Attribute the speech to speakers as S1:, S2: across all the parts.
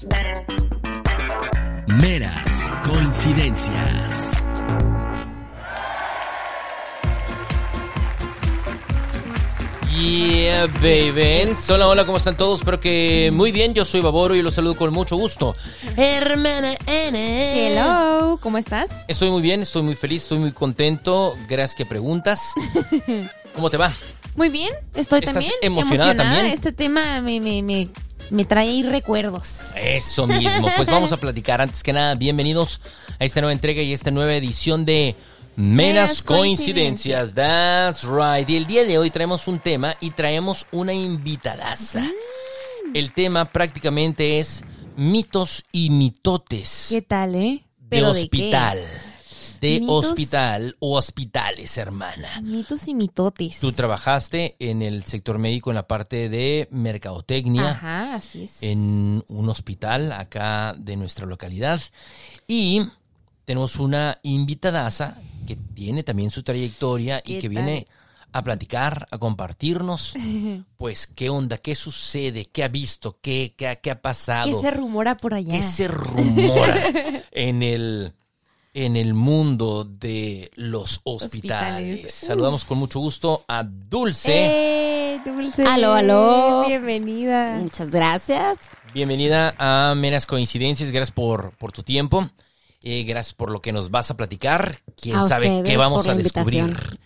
S1: Meras coincidencias.
S2: Yeah, baby. Hola, hola, ¿cómo están todos? Espero que muy bien. Yo soy Baboro y los saludo con mucho gusto. Hermana N.
S3: Hello, ¿cómo estás?
S2: Estoy muy bien, estoy muy feliz, estoy muy contento. Gracias que preguntas. ¿Cómo te va?
S3: Muy bien, estoy
S2: ¿Estás
S3: también
S2: emocionada también?
S3: Este tema me trae ahí recuerdos.
S2: Eso mismo. Pues vamos a platicar. Antes que nada, bienvenidos a esta nueva entrega y esta nueva edición de Meras Coincidencias. That's right. Y el día de hoy traemos un tema y traemos una invitadaza. El tema prácticamente es mitos y mitotes.
S3: ¿Qué tal,
S2: De
S3: ¿Pero
S2: hospital. De
S3: ¿Mitos?
S2: hospital o hospitales, hermana.
S3: Mitos y mitotes.
S2: Tú trabajaste en el sector médico en la parte de mercadotecnia.
S3: Ajá, así es.
S2: En un hospital acá de nuestra localidad. Y tenemos una invitadaza que tiene también su trayectoria y que viene a platicar, a compartirnos, pues, qué onda, qué sucede, qué ha visto, qué ha pasado.
S3: ¿Qué se rumora por allá?
S2: ¿Qué se rumora en el mundo de los hospitales? Saludamos con mucho gusto a Dulce.
S3: Dulce.
S4: Aló.
S3: Bienvenida.
S4: Muchas gracias.
S2: Bienvenida a Meras Coincidencias. Gracias por tu tiempo. Gracias por lo que nos vas a platicar. ¿Quién
S4: A
S2: sabe
S4: ustedes
S2: qué vamos
S4: por la
S2: a descubrir?
S4: invitación.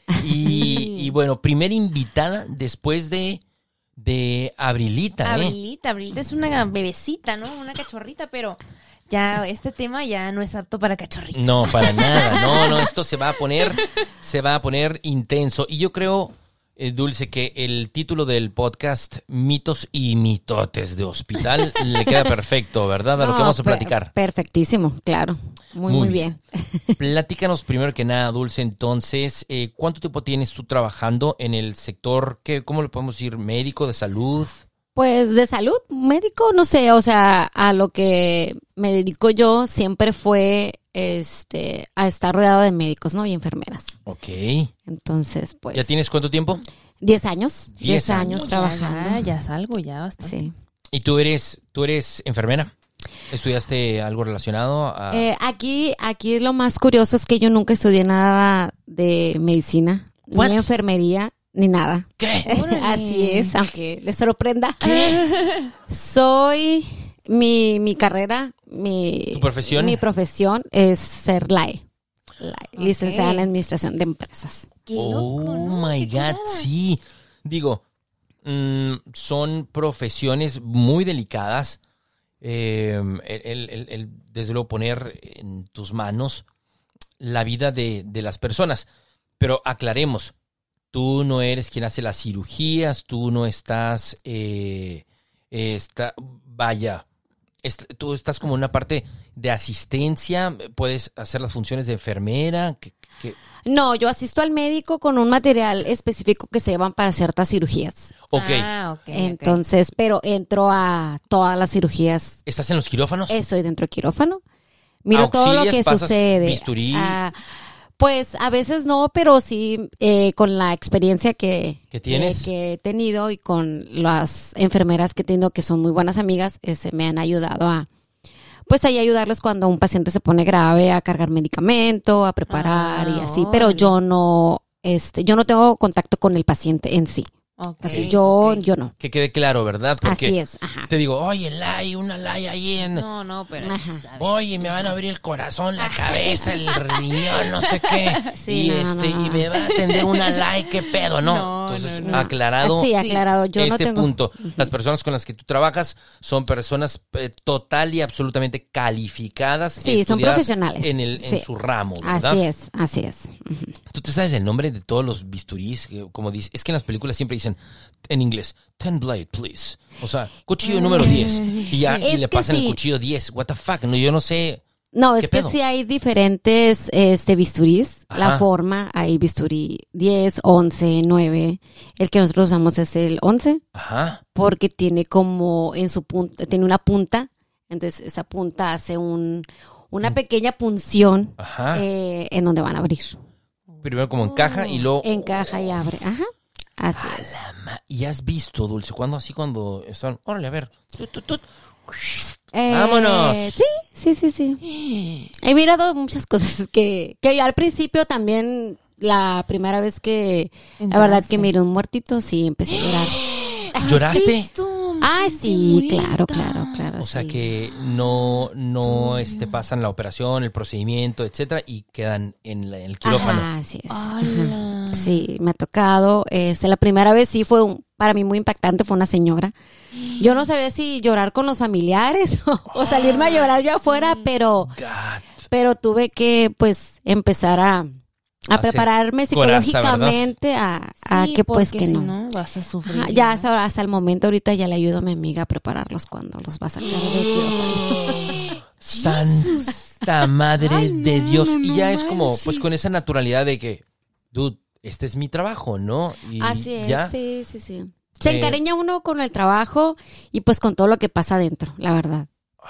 S2: Y bueno, primera invitada después de Abrilita.
S3: Abrilita es una bebecita, ¿no? Una cachorrita, pero ya este tema ya no es apto para cachorrita.
S2: No, para nada. No, esto se va a poner intenso. Y yo creo, Dulce, que el título del podcast, Mitos y Mitotes de Hospital, le queda perfecto, ¿verdad? A lo que vamos a platicar.
S4: Perfectísimo, claro. Muy bien.
S2: Platícanos primero que nada, Dulce, entonces, ¿cuánto tiempo tienes tú trabajando en el sector, cómo le podemos decir, médico, de salud?
S4: Pues de salud, médico, no sé, o sea, a lo que me dedico yo siempre fue a estar rodeado de médicos, ¿no? Y enfermeras.
S2: Ok.
S4: Entonces, pues.
S2: ¿Ya tienes cuánto tiempo?
S4: 10 años.
S2: 10
S4: 10 años trabajando.
S3: Ya salgo, ya bastante.
S4: Sí.
S2: ¿Y tú eres enfermera? ¿Estudiaste algo relacionado a...?
S4: Aquí lo más curioso es que yo nunca estudié nada de medicina,
S2: What?
S4: ni enfermería, ni nada.
S2: ¿Qué?
S4: Así es, aunque les sorprenda. Soy mi carrera,
S2: ¿Tu profesión?
S4: Mi profesión es ser LAE, licenciada en
S3: Ok.
S4: Administración de Empresas.
S3: Qué loco, ¿no?
S2: My
S3: Qué
S2: God,
S3: curada.
S2: sí. Digo, son profesiones muy delicadas. El desde luego poner en tus manos la vida de las personas. Pero aclaremos, tú no eres quien hace las cirugías, tú no estás, tú estás como en una parte de asistencia, puedes hacer las funciones de enfermera.
S4: No, yo asisto al médico con un material específico que se llevan para ciertas cirugías.
S2: Ok.
S3: Ah, ok.
S4: Entonces, pero entro a todas las cirugías.
S2: ¿Estás en los quirófanos?
S4: Estoy dentro del quirófano. Miro todo lo
S2: ¿Auxilias,
S4: que
S2: pasas
S4: sucede.
S2: bisturí?
S4: Pues a veces no, pero sí con la experiencia que
S2: tienes?
S4: que he tenido y con las enfermeras que he tenido que son muy buenas amigas, me han ayudado a ayudarles cuando un paciente se pone grave, a cargar medicamento, a preparar y así. Pero yo no tengo contacto con el paciente en sí.
S3: Ok,
S4: Así yo
S3: ok.
S4: no.
S2: Que quede claro, ¿verdad? Porque
S4: Así es, ajá.
S2: te digo, oye, una lay ahí en...
S3: No, pero...
S4: Ajá.
S3: ¿sabes?
S2: Oye, me van a abrir el corazón, la cabeza, el riñón, no sé qué.
S4: Sí, no.
S2: Y me va a atender una lay, qué pedo, ¿no?
S3: No,
S2: Entonces,
S3: no.
S2: aclarado
S4: Sí, aclarado. Yo no tengo.
S2: punto. Las personas con las que tú trabajas son personas total y absolutamente calificadas.
S4: Sí, son
S2: estudiadas
S4: profesionales.
S2: En
S4: Sí.
S2: su ramo, ¿verdad?
S4: Así es. Ujú.
S2: ¿Tú te sabes el nombre de todos los bisturís? Como dice, es que en las películas siempre dicen en inglés, 10 blade, please. O sea, cuchillo número 10. Y ya
S4: Es
S2: y le
S4: que
S2: pasan el
S4: sí.
S2: cuchillo 10. What the fuck? No, yo no sé.
S4: No,
S2: ¿Qué
S4: es que
S2: pedo?
S4: sí hay diferentes bisturís.
S2: Ajá.
S4: La forma, hay bisturí 10, 11, 9. El que nosotros usamos es el 11
S2: Ajá.
S4: porque tiene como en su punta, tiene una punta. Entonces esa punta hace una pequeña punción
S2: Ajá.
S4: en donde van a abrir.
S2: Primero como encaja y luego...
S4: Encaja y abre. Ajá. Así es.
S2: ¿Y has visto, Dulce, cuando están... Órale, a ver. ¡Vámonos!
S4: Sí. He mirado muchas cosas que yo al principio también, la primera vez que, la verdad que miré un muertito, sí, empecé a llorar.
S2: ¿Lloraste?
S4: Ah, sí, claro.
S2: O sea
S4: sí.
S2: que no pasan la operación, el procedimiento, etcétera, y quedan en el quirófano.
S4: Ajá, así es.
S3: ¡Hala!
S4: Sí, me ha tocado. La primera vez sí fue para mí muy impactante, fue una señora. Yo no sabía si llorar con los familiares o salirme a llorar yo afuera, pero tuve que pues empezar a prepararme
S2: coraza,
S4: psicológicamente a que pues
S3: porque
S4: que
S3: si
S4: no.
S3: no vas a sufrir.
S4: Ajá, ya hasta el momento ahorita ya le ayudo a mi amiga a prepararlos cuando los va a sacar de quirófano.
S2: Santa madre de Dios. Y ya es como, pues
S3: manches.
S2: con esa naturalidad de que, dude, este es mi trabajo, ¿no? Y
S4: Así es,
S2: ya.
S4: sí. Se encariña uno con el trabajo y pues con todo lo que pasa adentro, la verdad.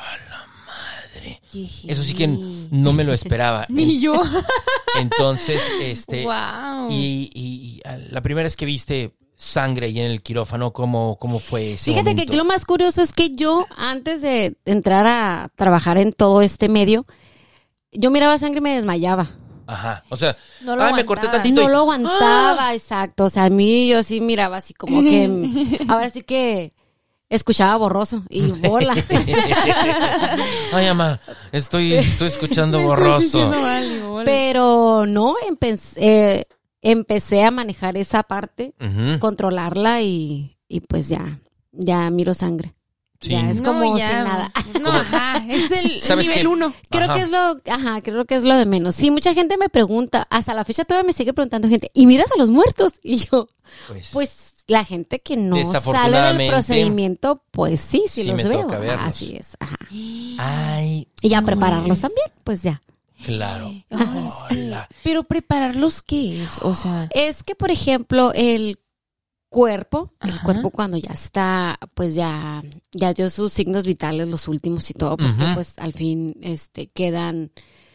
S3: Qué
S2: Eso sí que no me lo esperaba.
S3: Ni yo.
S2: Entonces,
S3: Wow.
S2: y la primera vez que viste sangre ahí en el quirófano, ¿cómo fue ese
S4: Fíjate
S2: momento?
S4: que aquí lo más curioso es que yo, antes de entrar a trabajar en todo este medio, yo miraba sangre y me desmayaba.
S2: Ajá, o sea,
S3: No lo
S2: me corté
S3: aguantabas.
S2: tantito.
S4: No lo aguantaba, exacto. O sea, a mí yo sí miraba así como que, ahora sí que escuchaba borroso y bola.
S2: Ay, mamá, estoy escuchando
S3: Me estás
S2: borroso.
S3: diciendo algo, vale.
S4: Pero no, empecé a manejar esa parte,
S2: Ujú.
S4: controlarla y pues ya miro sangre.
S2: Sí.
S4: Ya es
S3: No,
S4: como
S3: ya.
S4: sin nada.
S3: No, ajá, es el
S2: ¿Sabes
S3: nivel
S2: qué?
S3: 1.
S4: Creo
S2: Ajá.
S4: que es lo de menos. Sí, mucha gente me pregunta, hasta la fecha todavía me sigue preguntando gente, ¿y miras a los muertos? Y yo, pues la gente que no sale del
S2: Desafortunadamente,
S4: procedimiento, pues sí
S2: sí
S4: los
S2: me
S4: veo.
S2: toca verlos.
S4: Así es. Ajá.
S2: Ay,
S4: Y ya prepararlos también, pues ya.
S2: claro.
S3: Ay, es que-
S2: Hola.
S3: pero prepararlos, ¿qué es? O sea,
S4: Es que, por ejemplo, el cuerpo
S3: Ajá.
S4: cuando ya está, pues ya dio sus signos vitales, los últimos y todo, porque
S2: Ujú.
S4: pues al fin quedan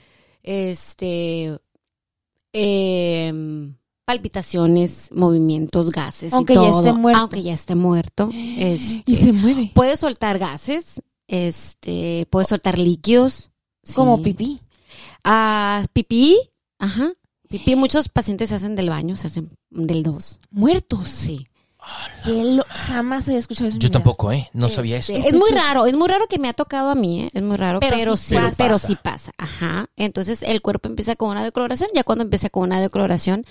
S4: palpitaciones, movimientos, gases
S3: Aunque
S4: y
S3: ya
S4: todo,
S3: esté muerto.
S4: aunque ya esté muerto.
S3: y se mueve.
S4: Puede soltar gases, puede soltar líquidos.
S3: Como
S4: sí.
S3: pipí.
S4: Pipí, ajá. Pipí, muchos pacientes se hacen del baño, se hacen del 2.
S3: Muertos.
S4: Sí.
S3: Jamás había escuchado eso. en
S2: Yo
S3: mi vida.
S2: tampoco, no sabía esto.
S4: Es muy raro que me ha tocado a mí, es muy raro,
S3: Pero sí pasa.
S4: pero sí pasa, ajá. Entonces el cuerpo empieza con una decoloración, ya cuando empieza con una decoloración,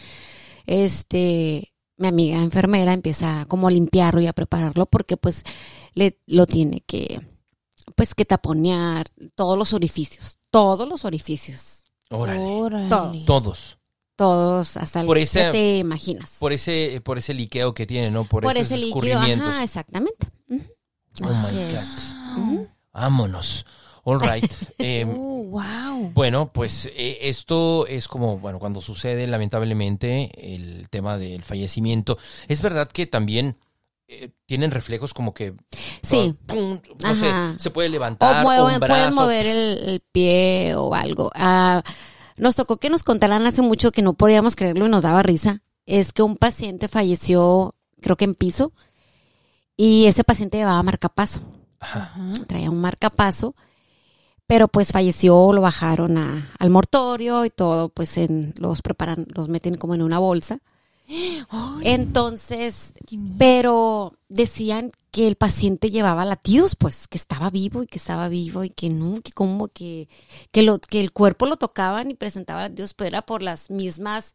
S4: mi amiga enfermera empieza como a limpiarlo y a prepararlo porque pues lo tiene que taponear todos los orificios,
S2: Órale.
S3: Órale.
S2: Todos.
S4: hasta
S2: Por
S4: el
S2: ese-
S4: que te imaginas.
S2: Por ese liqueo que tiene, ¿no? Por esos
S4: ese líquido,
S2: escurrimientos.
S4: ajá, exactamente. Ujú.
S2: Oh
S4: Así
S2: my
S4: es.
S2: God.
S4: Ujú.
S2: Vámonos. All right.
S3: Oh, wow.
S2: Bueno, pues esto es como, bueno, cuando sucede lamentablemente el tema del fallecimiento. Es verdad que también tienen reflejos como que...
S4: Sí.
S2: ¡pum! No sé,
S4: Ajá.
S2: se puede levantar
S4: O
S2: o un
S4: pueden
S2: brazo.
S4: mover el pie o algo. Nos tocó que nos contaran hace mucho que no podíamos creerlo y nos daba risa. Es que un paciente falleció, creo que en piso, y ese paciente llevaba marcapaso.
S2: Ajá.
S3: Ajá.
S4: Traía un marcapaso, pero pues falleció, lo bajaron al mortorio y todo, pues los preparan, los meten como en una bolsa. Entonces, pero decían que el paciente llevaba latidos, pues, que estaba vivo y que no, que como que el cuerpo lo tocaban y presentaba latidos, pero era por las mismas,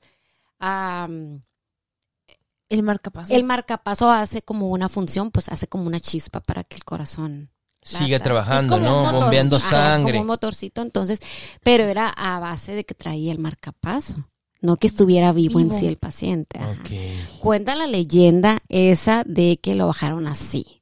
S3: El marcapasos.
S4: el marcapaso hace como una función, pues hace como una chispa para que el corazón
S2: Sigue
S4: lata.
S2: trabajando,
S3: Es como
S2: ¿no?
S3: un motor.
S2: Bombeando
S4: Ajá,
S2: sangre.
S4: es como un motorcito, entonces, pero era a base de que traía el marcapaso, no que estuviera vivo en
S3: Vivo.
S4: sí el paciente. Ajá.
S2: Ok.
S4: Cuenta la leyenda esa de que lo bajaron así.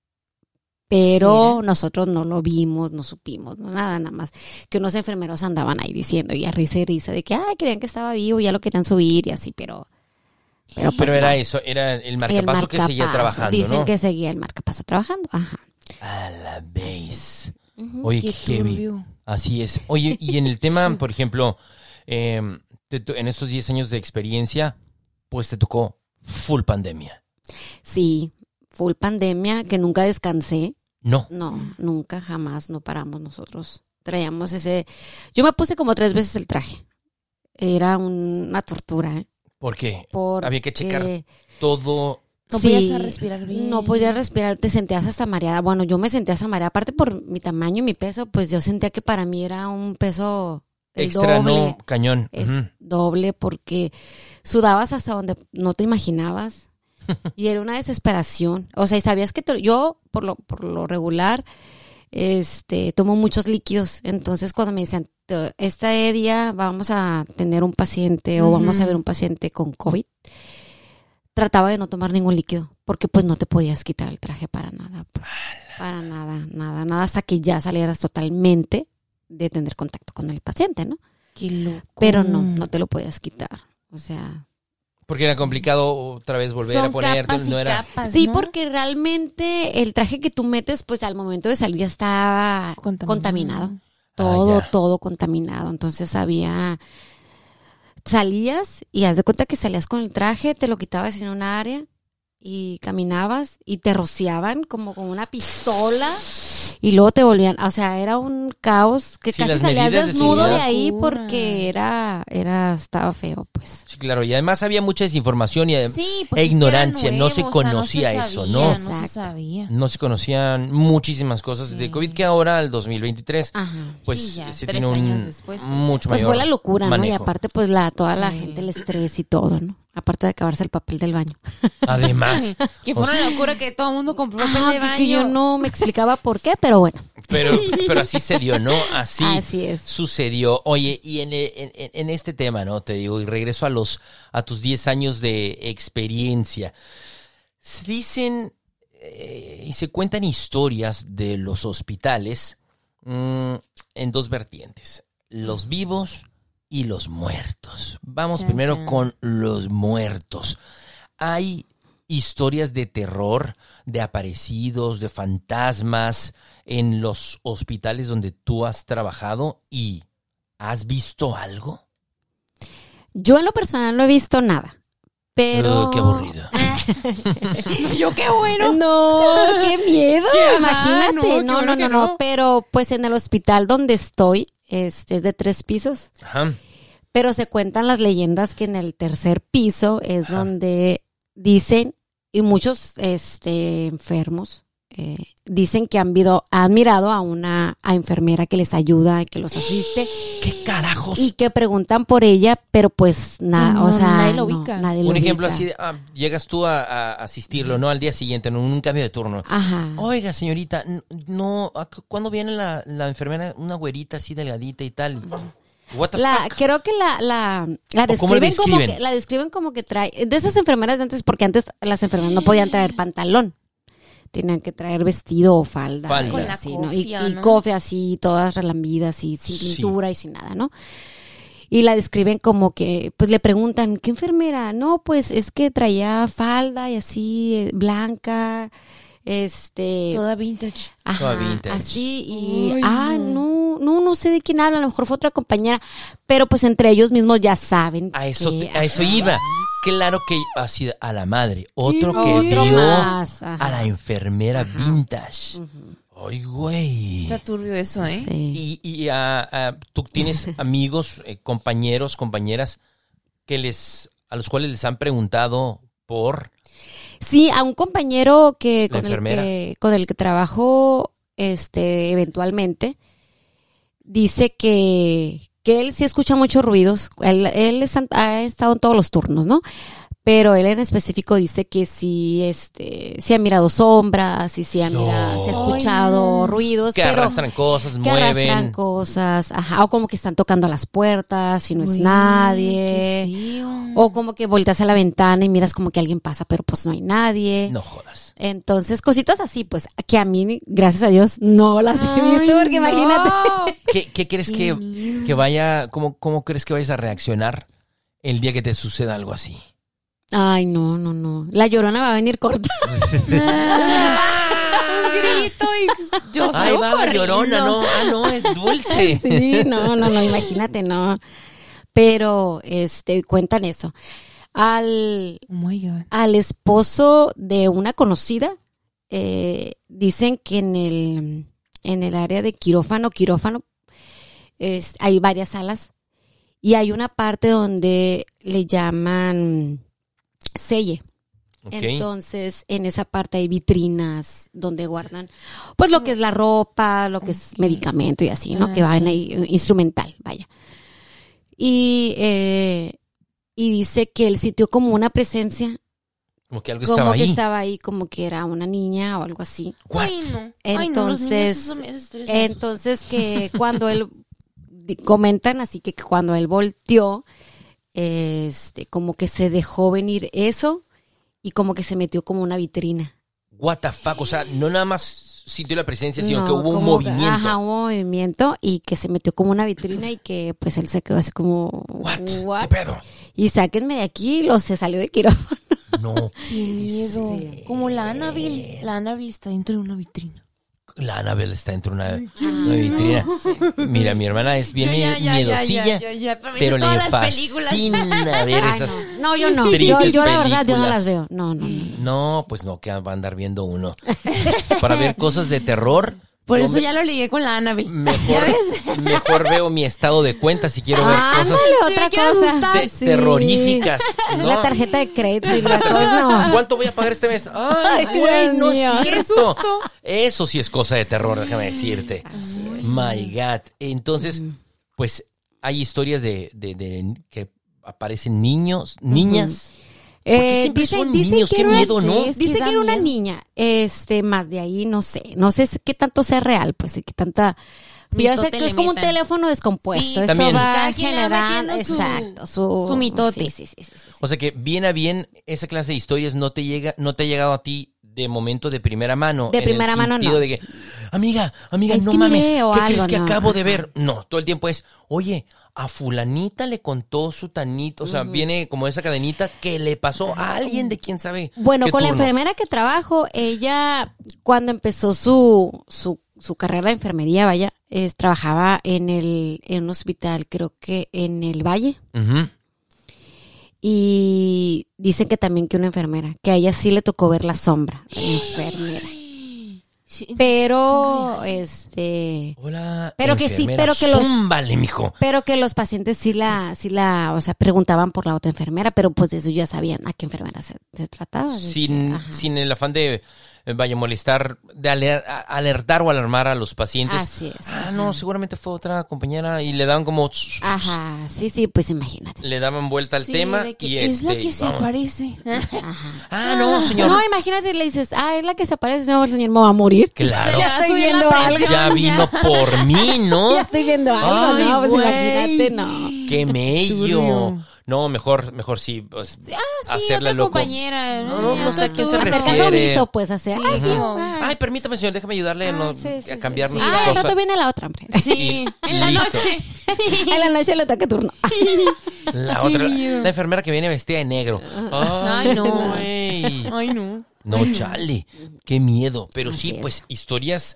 S4: Pero
S3: ¿Será?
S4: nosotros no lo vimos, no supimos, no nada más. Que unos enfermeros andaban ahí diciendo y a risa y risa de que, ay, creían que estaba vivo, ya lo querían subir y así, pero pues
S2: Pero era
S4: no.
S2: eso, era el
S4: El
S2: marcapaso que seguía
S4: marcapaso.
S2: trabajando,
S4: Dicen
S2: ¿no?
S4: que seguía el marcapaso trabajando, ajá.
S2: A la vez.
S4: Ujú.
S2: Oye,
S3: Qué
S2: qué heavy.
S3: turbio.
S2: Así es. Oye, y en el tema, por ejemplo, en estos 10 años de experiencia, pues te tocó full pandemia.
S4: Sí, full pandemia, que nunca descansé.
S2: No.
S4: No, nunca, jamás, no paramos nosotros. Traíamos ese... Yo me puse como 3 veces el traje. Era una tortura, ¿eh?
S2: ¿Por qué?
S4: Porque-
S2: Había que checar todo.
S3: No
S4: Sí,
S3: podías respirar bien.
S4: No podías respirar, te sentías hasta mareada. Bueno, yo me sentía hasta mareada. Aparte por mi tamaño y mi peso, pues yo sentía que para mí era un peso el
S2: Extra,
S4: doble.
S2: no, cañón.
S4: Es
S2: Ujú.
S4: doble porque sudabas hasta donde no te imaginabas. Y era una desesperación. O sea, y sabías que yo, por lo regular, tomo muchos líquidos. Entonces, cuando me decían, este día vamos a tener un paciente o vamos a ver un paciente con COVID, trataba de no tomar ningún líquido, porque pues no te podías quitar el traje para nada, pues. Para nada, hasta que ya salieras totalmente de tener contacto con el paciente, ¿no?
S3: Qué loco.
S4: Pero no te lo podías quitar. O sea,
S2: Porque era complicado otra vez volver a
S3: Son
S2: ponerte.
S3: capas y
S2: No era.
S3: capas,
S4: sí,
S3: ¿no?
S4: porque realmente el traje que tú metes, pues al momento de salir ya está contaminado. Todo contaminado. Entonces salías y haz de cuenta que salías con el traje, te lo quitabas en un área y caminabas y te rociaban como con una pistola y luego te volvían, o sea, era un caos que
S2: Sí,
S4: casi
S2: las
S4: salías
S2: medidas de
S4: desnudo de
S2: seguridad.
S4: ahí
S3: Locura.
S4: porque estaba feo, pues.
S2: Sí, claro. Y además había mucha desinformación y
S3: Sí, pues
S2: e
S3: es que
S2: ignorancia.
S3: era
S2: no se
S3: nuevo, o sea,
S2: conocía
S3: no se
S2: eso,
S3: sabía,
S2: ¿no?
S3: No se
S4: Exacto.
S3: sabía.
S2: No se conocían muchísimas cosas de
S3: Sí.
S2: COVID que ahora, el 2023,
S4: Ajá.
S2: pues
S3: Sí, ya,
S2: se
S3: 3
S2: tiene
S3: años
S2: un
S3: después, pues,
S2: mucho
S4: Pues
S2: mayor
S4: fue la locura, ¿no? Y
S2: manejo.
S4: aparte, pues toda la
S3: Sí.
S4: gente, el estrés y todo, ¿no? Aparte de acabarse el papel del baño.
S2: Además,
S3: Que fue una locura que todo el mundo compró papel de baño.
S4: que yo no me explicaba por qué, pero bueno,
S2: pero así se dio, ¿no? Así
S4: es.
S2: sucedió. Oye, y en este tema, ¿no? Te digo, y regreso a tus 10 años de experiencia. Se dicen y se cuentan historias de los hospitales en 2 vertientes, los vivos y los muertos. Vamos
S3: Chan,
S2: primero
S3: chan.
S2: con los muertos. Hay historias de terror, de aparecidos, de fantasmas en los hospitales donde tú has trabajado y ¿has visto algo?
S4: Yo en lo personal no he visto nada, pero...
S2: Qué aburrido.
S3: Yo qué bueno.
S4: No, qué miedo,
S3: Qué
S4: imagínate.
S3: ajá, qué
S4: No,
S3: bueno que
S4: no,
S3: no.
S4: pero pues en el hospital donde estoy, es de 3 pisos,
S2: Ajá.
S4: pero se cuentan las leyendas que en el tercer piso es donde dicen, y muchos enfermos dicen que han mirado a una enfermera que les ayuda, que los asiste,
S2: ¿Qué carajos?
S4: y que preguntan por ella, pero pues nada,
S3: No,
S4: o sea,
S3: nadie lo ubica.
S4: nadie lo
S2: Un ejemplo
S4: ubica.
S2: así de, llegas tú a asistirlo, ¿no? Al día siguiente, en un cambio de turno.
S4: Ajá.
S2: Oiga, señorita, no, ¿cuándo viene la enfermera? Una güerita así delgadita y tal. What the fuck?
S4: Creo que la
S2: ¿O cómo la
S4: describen,
S2: describen?
S4: la describen como que trae, de esas enfermeras de antes, porque antes las enfermeras no podían traer pantalón. Tenían que traer vestido o falda.
S2: Falda.
S4: y
S2: Con la
S4: así, ¿no? Y
S3: cofia, ¿no?
S4: cofia así, todas relambidas y sin
S2: Sí.
S4: pintura y sin nada, ¿no? Y la describen como que, pues le preguntan, ¿qué enfermera? No, pues es que traía falda y así, blanca,
S3: Toda vintage.
S4: ajá,
S2: Toda vintage.
S4: así, y,
S3: Ay,
S4: no sé de quién habla, a lo mejor fue otra compañera, pero pues entre ellos mismos ya saben.
S2: A eso
S4: que,
S2: iba. Claro que así a la madre. Otro que
S4: Otro
S2: vio
S4: más, ajá.
S2: a la enfermera vintage. Ay, güey.
S3: Está turbio eso, ¿eh?
S4: Sí.
S2: Y tú tienes amigos, compañeros, compañeras a los cuales les han preguntado por
S4: Sí, a un compañero que
S2: La enfermera.
S4: con el que trabajo eventualmente dice que él sí escucha muchos ruidos. Él ha estado en todos los turnos, ¿no? Pero él en específico dice que sí ha mirado sombras y sí ha escuchado
S3: Ay, no.
S4: ruidos,
S2: que
S4: pero
S2: arrastran cosas,
S4: que arrastran
S2: mueven.
S4: cosas, ajá, o como que están tocando a las puertas y no es
S3: Güey,
S4: nadie.
S3: qué feo.
S4: O como que volteas a la ventana y miras como que alguien pasa, pero pues no hay nadie.
S2: No jodas.
S4: Entonces, cositas así, pues, que a mí, gracias a Dios, no las he visto,
S3: Ay,
S4: porque
S3: no.
S4: imagínate.
S2: ¿Qué crees
S3: Qué miedo.
S2: que vaya, cómo crees que vayas a reaccionar el día que te suceda algo así?
S4: Ay, no. La Llorona va a venir corta.
S3: Grito y yo
S2: Ahí
S3: salgo
S2: va la
S3: corriendo.
S2: Llorona, no, es dulce.
S4: Sí, no, imagínate, no. Pero, cuentan eso.
S3: Oh my God.
S4: Al esposo de una conocida, dicen que en el área de quirófano, hay varias salas y hay una parte donde le llaman selle.
S2: Okay.
S4: Entonces, en esa parte hay vitrinas donde guardan, pues, lo que es la ropa, lo que es medicamento y así, ¿no? Que va en ahí, instrumental, vaya. Y dice que él sintió como una presencia.
S2: Como que algo
S4: Como
S2: estaba
S4: que
S2: ahí.
S4: estaba ahí, como que era una niña o algo así.
S2: What?
S3: Ay, no.
S4: Entonces,
S3: Ay, no, esas historias me
S4: entonces que cuando él, comentan así que cuando él volteó, como que se dejó venir eso y como que se metió como una vitrina.
S2: What the fuck, o sea, no nada más sintió la presencia, sino
S4: No,
S2: que hubo un
S4: como
S2: movimiento.
S4: Ajá, hubo movimiento y que se metió como una vitrina y que pues él se quedó así como...
S2: What?
S4: ¿What?
S2: ¿Qué pedo?
S4: Y sáquenme de aquí, se salió de quirófano.
S2: No.
S3: Qué miedo.
S4: Sí.
S3: Como la Annabelle. La Annabelle está dentro de una vitrina.
S2: La Annabelle está dentro de una vitrina. Mira, mi hermana es bien miedosilla, pero le fascina ver
S4: Ay,
S2: esas...
S4: no, yo no.
S2: trinches
S4: Yo la verdad, yo no
S2: películas.
S4: las veo. No.
S2: No, pues no, que va a andar viendo uno. Para ver cosas de terror.
S3: Por
S2: yo
S3: eso ya lo ligué con la Annabelle.
S2: Mejor veo mi estado de cuenta si quiero ver cosas
S4: Ándale,
S3: Sí,
S4: otra
S3: me quiero
S4: cosa.
S3: asustar.
S4: Sí.
S2: terroríficas. ¿no?
S4: La tarjeta de crédito y la cosa, no.
S2: ¿Cuánto voy a pagar este mes? ¡Ay,
S4: Ay,
S2: güey,
S4: Dios
S2: no
S4: mío.
S2: es
S3: ¡Qué
S2: cierto!
S3: susto!
S2: Eso sí es cosa de terror, déjame decirte.
S4: Así es.
S2: My God. Entonces, pues, hay historias de que aparecen niños, niñas. Porque siempre son niños, qué miedo, ¿no?
S3: Sí, es que
S4: Dice
S3: da
S4: que era una
S3: miedo.
S4: niña, más de ahí no sé qué tanto sea real, pues, qué tanta... Yo sé
S3: Mitote
S4: que es
S3: le
S4: como un
S3: metan.
S4: teléfono descompuesto,
S3: Sí,
S4: esto
S2: también.
S4: va
S3: Cada quien le va
S4: generando,
S3: metiendo su-
S4: exacto,
S3: su mitote.
S4: Sí.
S2: O sea que bien a bien, esa clase de historias no te ha llegado a ti de momento de primera mano.
S4: De primera
S2: en el
S4: mano,
S2: sentido
S4: no.
S2: de que, amiga,
S4: Es
S2: no
S4: que
S2: mames,
S4: miré o
S2: ¿qué
S4: algo,
S2: crees que
S4: no.
S2: acabo de ver? No, todo el tiempo es, oye, a fulanita le contó su tanito, o sea, viene como esa cadenita que le pasó a alguien de quién sabe.
S4: Bueno,
S2: qué
S4: con la
S2: turno.
S4: enfermera que trabajo, ella cuando empezó su carrera de enfermería, vaya, trabajaba en un hospital, creo que en el Valle.
S2: Ujú.
S4: Y dicen que también que una enfermera, que a ella sí le tocó ver la sombra de la enfermera.
S3: Sí,
S4: Pero,
S2: Hola,
S4: Pero que sí,
S2: enfermera,
S4: pero que los-
S2: zúmbale, mijo.
S4: pero que los pacientes o sea, preguntaban por la otra enfermera, pero pues de eso ya sabían a qué enfermera se trataba. de
S2: Sin,
S4: que, ajá.
S2: sin el afán de, molestar, de alertar o alarmar a los pacientes.
S4: Así es.
S2: Ah, no, seguramente fue otra compañera y le daban como...
S4: Ajá, sí, pues imagínate.
S2: Le daban vuelta al
S3: Sí,
S2: tema
S3: de que
S2: y
S3: es la que se
S2: vamos.
S3: aparece.
S4: Ajá.
S2: Ah, no, señor.
S4: No, imagínate, le dices, es la que se aparece, no, el señor me va a morir.
S2: Claro.
S4: Ya estoy
S3: subió la
S4: viendo algo.
S3: presión.
S2: Ya vino por mí, ¿no?
S4: Ya estoy viendo algo,
S2: Ay,
S4: no, pues
S2: güey.
S4: imagínate, no.
S2: ¡Qué mello!
S3: Turbio.
S2: No, mejor sí, pues,
S3: Sí,
S2: hacerle
S3: otra
S2: loco.
S3: compañera.
S2: No sé a quién se
S3: tú.
S4: Hacer
S2: refiere.
S4: caso omiso, pues, hacer.
S3: Sí,
S4: Ay, sí,
S3: como-
S2: Ay, permítame, señor, déjame ayudarle a cambiarnos
S3: sí.
S2: una
S4: al
S2: cosa.
S4: rato viene la otra, hombre.
S3: Sí, en la
S2: Listo.
S3: noche.
S4: En la noche le toca turno.
S2: La otra, la enfermera que viene vestida de negro.
S3: Ay, no.
S2: güey.
S3: Ay, no.
S2: No, chale, qué miedo. Pero
S4: Así
S2: sí,
S4: es.
S2: pues historias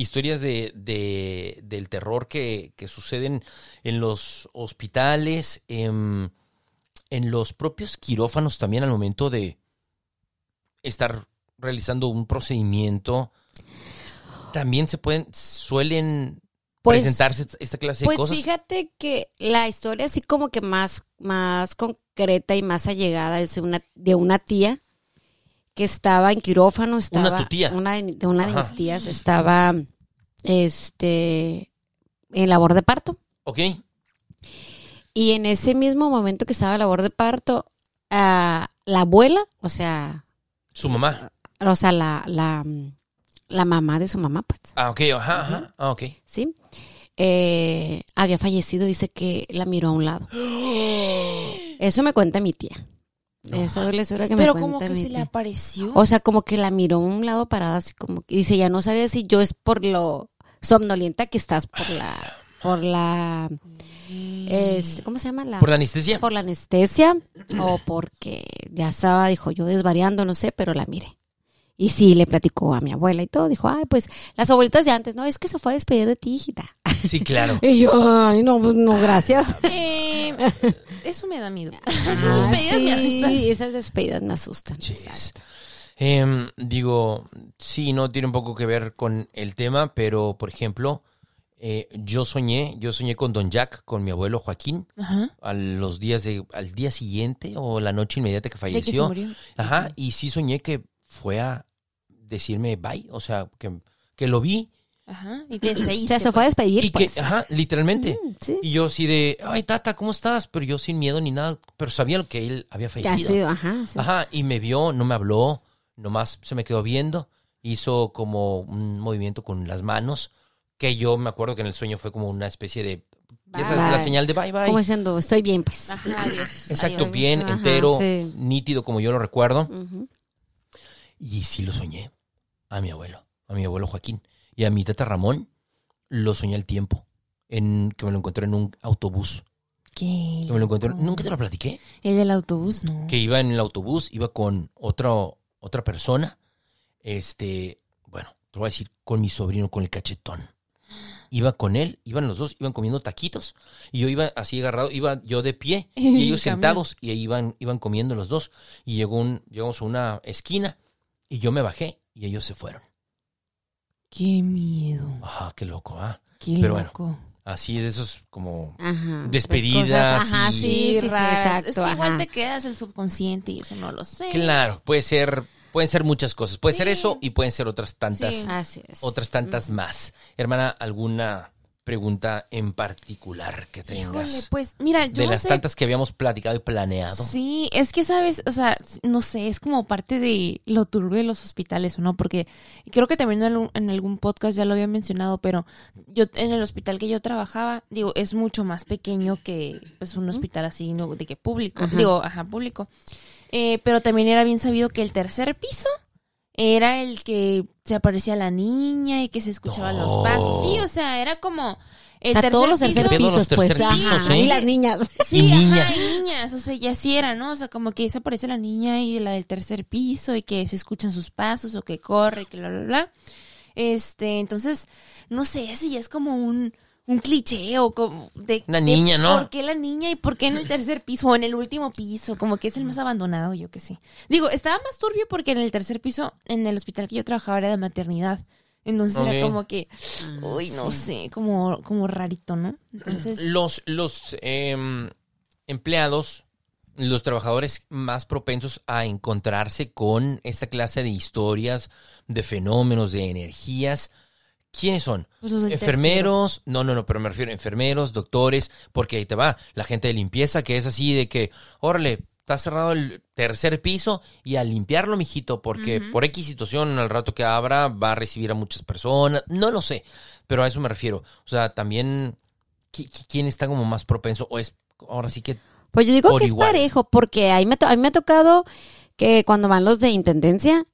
S2: del terror que suceden en los hospitales, en los propios quirófanos también al momento de estar realizando un procedimiento. También suelen
S4: Pues-
S2: presentarse esta clase de
S4: Pues
S2: cosas.
S4: fíjate que la historia así como que más concreta y más allegada es de una tía que estaba en quirófano, estaba
S2: tu tía.
S4: una de
S2: Ajá.
S4: mis tías estaba en labor de parto.
S2: ¿Ok?
S4: Y en ese mismo momento que estaba en labor de parto, la abuela, o sea,
S2: Su mamá.
S4: la mamá de su mamá, pues,
S2: Ah, ok, ajá. Ah, ok.
S4: ¿sí? Había fallecido, dice que la miró a un lado. Eso me cuenta mi tía. Eso es la historia que me
S3: Pero
S4: cuenta
S3: como que
S4: mi
S3: se le
S4: tía.
S3: apareció.
S4: O sea, como que la miró a un lado parada, así como que dice, ya no sabía si yo es por lo somnolienta que estás por la ¿cómo se llama?
S2: ¿Por la anestesia?
S4: Por la anestesia o porque ya estaba, dijo yo, desvariando, no sé, pero la miré. Y sí, le platicó a mi abuela y todo. Dijo, ay, pues las abuelitas de antes, no, es que se fue a despedir de ti, hijita.
S2: Sí, claro.
S4: Y yo, ay, no, pues no, gracias.
S3: Eso me da miedo.
S4: Ah,
S3: Esas despedidas me asustan.
S4: Sí, esas despedidas me asustan.
S2: Chis. Digo, sí, no tiene un poco que ver con el tema, pero, por ejemplo, yo soñé con Don Jack, con mi abuelo Joaquín,
S3: Ajá.
S2: al día siguiente o la noche inmediata que
S3: De que se
S2: falleció.
S3: murió.
S2: Ajá, y sí soñé que fue a decirme bye, o sea, que lo vi
S3: Ajá. Y te
S4: O
S3: despediste.
S4: sea, se fue a despedir,
S2: y que,
S4: pues.
S2: ajá, literalmente.
S4: Sí.
S2: Y yo así de, ay, tata, ¿cómo estás? Pero yo sin miedo ni nada, pero sabía lo que él había
S4: Ya
S2: fallecido.
S4: sí, ajá, sí.
S2: Ajá, y me vio, no me habló, nomás se me quedó viendo, hizo como un movimiento con las manos, que yo me acuerdo que en el sueño fue como una especie de,
S4: Bye,
S2: esa es la
S4: bye.
S2: señal de bye bye.
S4: Como diciendo, estoy bien, pues.
S3: Ajá, adiós.
S2: Exacto,
S3: Adiós.
S2: bien,
S4: Ajá,
S2: entero,
S4: sí.
S2: nítido como yo lo recuerdo.
S4: Ujú.
S2: Y sí lo soñé, a mi abuelo Joaquín. Y a mi tata Ramón lo soñé al tiempo, que me lo encontré en un autobús.
S3: ¿Qué?
S2: Que me lo encontré, ¿nunca te lo platiqué?
S3: El del autobús, no.
S2: Que iba en el autobús, iba con otra persona. Bueno, te voy a decir, con mi sobrino, con el cachetón. Iba con él, iban los dos, iban comiendo taquitos. Y yo iba así agarrado, iba yo de pie y ellos sentados y ahí iban comiendo los dos. Y llegamos a una esquina y yo me bajé y ellos se fueron.
S3: Qué miedo.
S2: Ajá, qué loco, ¿ah?
S3: Qué
S2: Pero bueno,
S3: loco.
S2: así de esos como
S4: Ajá.
S2: despedidas.
S4: Pues cosas, ajá,
S2: y-
S4: sí,
S3: raras.
S4: exacto.
S3: Es que igual
S4: ajá.
S3: te quedas el subconsciente y eso no lo sé.
S2: Claro, pueden ser muchas cosas. Puede ser
S3: Sí.
S2: eso y pueden ser otras tantas.
S3: Sí.
S4: Así es.
S2: Otras tantas más. Hermana, ¿alguna pregunta en particular que
S3: Híjole,
S2: tengas?
S3: pues mira, yo
S2: De
S3: no
S2: las
S3: sé.
S2: tantas que habíamos platicado y planeado.
S3: Sí, es que sabes, o sea, no sé, es como parte de lo turbio de los hospitales, ¿o no? Porque creo que también en algún podcast ya lo había mencionado, pero yo en el hospital que yo trabajaba, digo, es mucho más pequeño que pues un hospital así, ¿no? De que público, público. Pero también era bien sabido que el tercer piso era el que se aparecía la niña y que se escuchaban los pasos. Sí, o sea, era como el
S4: O sea,
S3: tercer
S4: todos los
S3: piso.
S4: tercer
S2: Todos los
S4: pisos, pues.
S2: tercer
S4: Ajá.
S2: pisos, ¿eh?
S4: Y las niñas.
S3: Sí,
S2: Y
S3: ajá,
S2: niñas.
S3: y niñas, o sea, ya sí era, ¿no? O sea, como que se aparece la niña y la del tercer piso y que se escuchan sus pasos o que corre y que bla, bla, bla. Entonces, no sé si es como un cliché o como de...
S2: Una niña, ¿no?
S3: ¿Por qué la niña y por qué en el tercer piso o en el último piso? Como que es el más abandonado, yo que sé. Digo, estaba más turbio porque en el tercer piso, en el hospital que yo trabajaba era de maternidad. Entonces
S2: Ok.
S3: era como que, uy, no sé, como rarito, ¿no? Entonces...
S2: Los empleados, los trabajadores más propensos a encontrarse con esta clase de historias, de fenómenos, de energías, ¿quiénes son?
S3: Pues los del
S2: Enfermeros, no, pero me refiero a enfermeros, doctores, porque ahí te va, la gente de limpieza que es así de que, órale, está cerrado el tercer piso y a limpiarlo, mijito, porque por X situación al rato que abra va a recibir a muchas personas, no lo sé, pero a eso me refiero. O sea, también, ¿quién está como más propenso? O es, ahora sí que,
S4: Pues yo digo
S2: por
S4: que es
S2: igual.
S4: parejo, porque a mí me ha tocado que cuando van los de intendencia,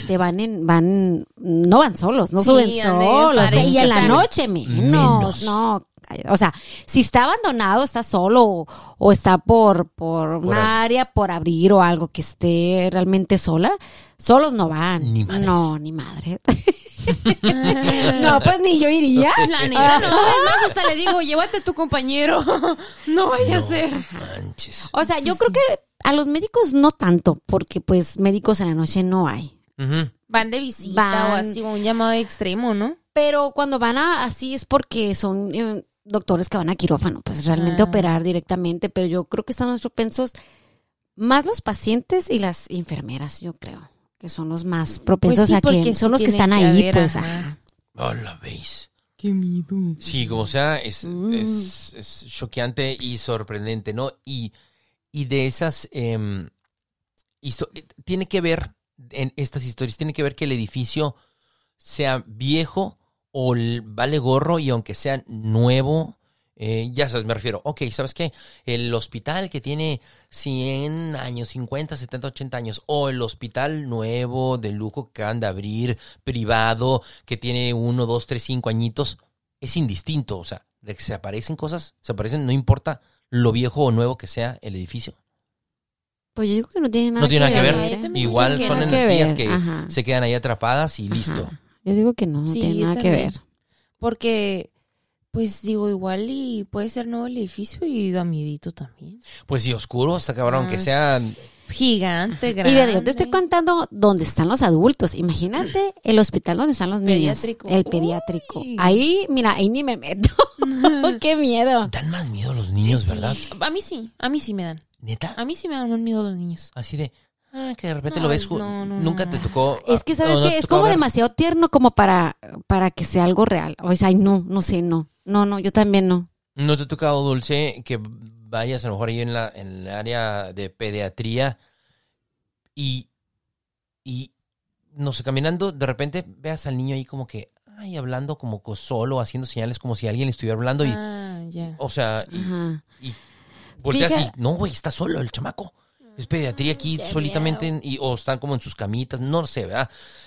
S4: no van solos, no
S3: Sí,
S4: suben
S3: ande en
S4: solos.
S3: pareja.
S4: Y en la
S2: Sí.
S4: noche menos,
S2: Menos.
S4: no. O sea, si está abandonado, está solo o está por una área por abrir o algo que esté realmente solos no van.
S2: Ni madres.
S4: No, ni madre. No, pues ni yo iría.
S3: La neta, no. Es más, hasta le digo, llévate a tu compañero. No vaya a ser.
S2: manches.
S4: O sea, yo creo que a los médicos no tanto, porque pues médicos en la noche no hay.
S2: Ujú.
S3: Van de visita o así, o un llamado extremo, ¿no?
S4: Pero cuando van así es porque son doctores que van a quirófano, pues realmente operar directamente, pero yo creo que están más propensos más los pacientes y las enfermeras, yo creo, que son los más propensos
S3: sí,
S4: a
S3: porque
S4: que
S3: sí
S4: son los que
S3: tienen
S4: están
S3: que
S4: ahí,
S3: haber,
S4: pues.
S3: ajá.
S4: Ajá.
S2: Oh, la veis.
S3: Qué miedo.
S2: Sí, como sea, es choqueante y sorprendente, ¿no? Y de esas tiene que ver, en estas historias, tiene que ver que el edificio sea viejo o vale gorro y aunque sea nuevo, ya sabes, me refiero, ok, ¿sabes qué? El hospital que tiene 100 años, 50, 70, 80 años, o el hospital nuevo de lujo que acaban de abrir, privado, que tiene 1, 2, 3, 5 añitos, es indistinto, o sea, de que se aparecen cosas, se aparecen, no importa lo viejo o nuevo que sea el edificio.
S4: Pues yo digo que no tiene nada,
S2: No tiene nada que
S3: ver.
S2: ver.
S3: Yo también
S2: Igual
S3: digo que
S2: son
S3: no.
S2: energías que
S4: Ajá.
S2: se quedan ahí atrapadas y listo.
S4: Ajá. Yo digo que no
S3: Sí,
S4: tiene
S3: yo
S4: nada que
S3: también.
S4: ver.
S3: Porque, pues digo, igual y puede ser nuevo el edificio y da miedito también.
S2: Pues sí, oscuro, hasta cabrón,
S3: Ah,
S2: que sea
S3: gigante,
S4: Y
S3: grande.
S4: mira, yo te estoy contando dónde están los adultos. Imagínate el hospital donde están los niños.
S3: Pediátrico.
S4: El pediátrico.
S3: Uy.
S4: Ahí, mira, ahí ni me meto. ¡Qué miedo!
S2: Dan más miedo los niños, ¿verdad?
S3: A mí sí me dan.
S2: ¿Neta?
S3: A mí sí me dan más miedo los niños.
S2: Así de, que de repente
S3: No,
S2: lo ves.
S3: no,
S2: Nunca
S3: no.
S2: te tocó.
S4: Es que, ¿sabes
S2: no
S4: qué?
S2: te
S4: Es
S2: tocó
S4: como
S2: ver.
S4: demasiado tierno como para que sea algo real. O sea, ay, no sé, no. No, yo también no.
S2: ¿No te ha tocado, Dulce, que vayas a lo mejor ahí en el área de pediatría y no sé, caminando, de repente veas al niño ahí como que, hablando como solo, haciendo señales como si alguien le estuviera hablando y,
S3: Ya.
S2: o sea,
S4: Ajá.
S2: y volteas
S4: Fija-
S2: y, no, güey, está solo el chamaco. Es pediatría aquí
S3: Qué
S2: solitamente o están como en sus camitas, no sé, ¿verdad?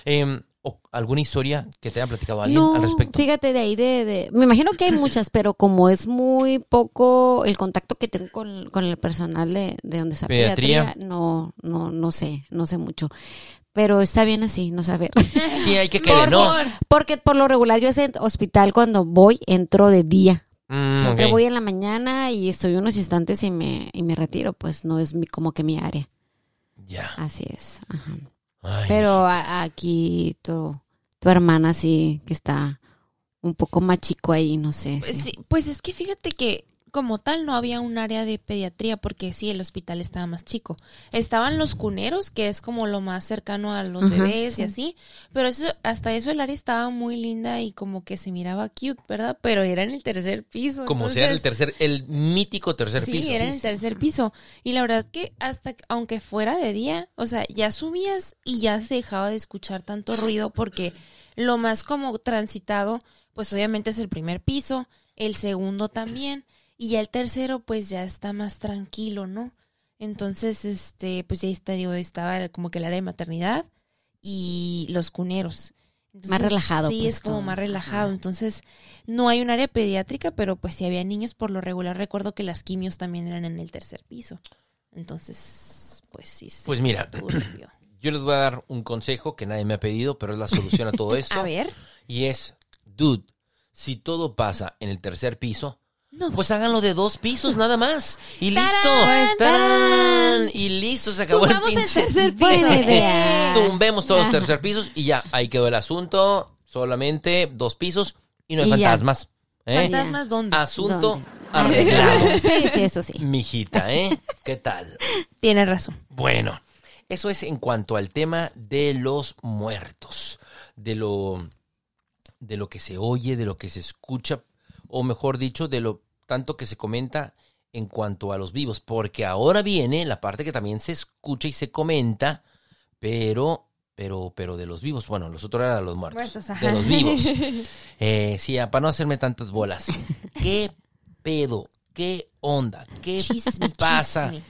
S2: O alguna historia que te haya platicado alguien
S4: No,
S2: al respecto.
S4: fíjate, de ahí me imagino que hay muchas, pero como es muy poco el contacto que tengo con el personal de donde está
S2: Pediatría.
S4: pediatría, no sé mucho. Pero está bien así, no saber.
S2: Sí, hay que querer, ¿no?
S4: Porque por lo regular yo a ese hospital cuando voy, entro de día. Siempre
S2: Ok.
S4: voy en la mañana y estoy unos instantes y me retiro, pues no es como que mi área.
S2: Ya.
S4: Así es. Ajá.
S2: Ay,
S4: Pero aquí tu hermana sí que está un poco más chico ahí, no sé. sí.
S3: Sí, pues es que fíjate que como tal no había un área de pediatría porque sí, el hospital estaba más chico. Estaban los cuneros, que es como lo más cercano a los
S4: Ajá,
S3: bebés
S4: sí.
S3: y así, pero hasta eso el área estaba muy linda y como que se miraba cute, ¿verdad? Pero era en el tercer piso.
S2: como
S3: entonces,
S2: sea el mítico tercer
S3: sí,
S2: piso.
S3: era en el tercer piso. Y la verdad que aunque fuera de día, o sea, ya subías y ya se dejaba de escuchar tanto ruido porque lo más como transitado, pues obviamente es el primer piso, el segundo también, y ya el tercero pues ya está más tranquilo, ¿no? Entonces, pues ya estaba como que el área de maternidad y los cuneros. Entonces,
S4: Más relajado,
S3: Sí,
S4: pues,
S3: es como
S4: todo.
S3: más relajado. Entonces, no hay un área pediátrica, pero pues si había niños, por lo regular recuerdo que las quimios también eran en el tercer piso. Entonces, pues sí.
S2: Pues mira,
S3: turbio.
S2: yo les voy a dar un consejo que nadie me ha pedido, pero es la solución a todo esto.
S3: A ver.
S2: Y es, dude, si todo pasa en el tercer piso,
S3: No.
S2: pues háganlo de 2 pisos nada más. Y listo.
S3: ¡Tarán!
S2: ¡Tarán! Y listo, se acabó el
S3: Tumbamos el
S2: pinche.
S3: tercer piso.
S4: Buena idea.
S2: Tumbemos todos los tercer pisos y ya, ahí quedó el asunto. Solamente 2 pisos y no hay
S4: Y ya.
S2: fantasmas. ¿eh?
S3: ¿Fantasmas dónde?
S2: Asunto
S4: ¿Dónde?
S2: arreglado.
S4: Sí, eso sí.
S2: Mijita, ¿Qué tal?
S3: Tienes razón.
S2: Bueno, eso es en cuanto al tema de los muertos, de lo que se oye, de lo que se escucha, o mejor dicho, de lo tanto que se comenta en cuanto a los vivos, porque ahora viene la parte que también se escucha y se comenta, pero de los vivos. Bueno, los otros eran los muertos.
S3: Muertos, ajá.
S2: De los vivos. Sí, para no hacerme tantas bolas. ¿Qué pedo? ¿Qué onda? ¿Qué
S3: Chisme,
S2: pasa
S3: chisme.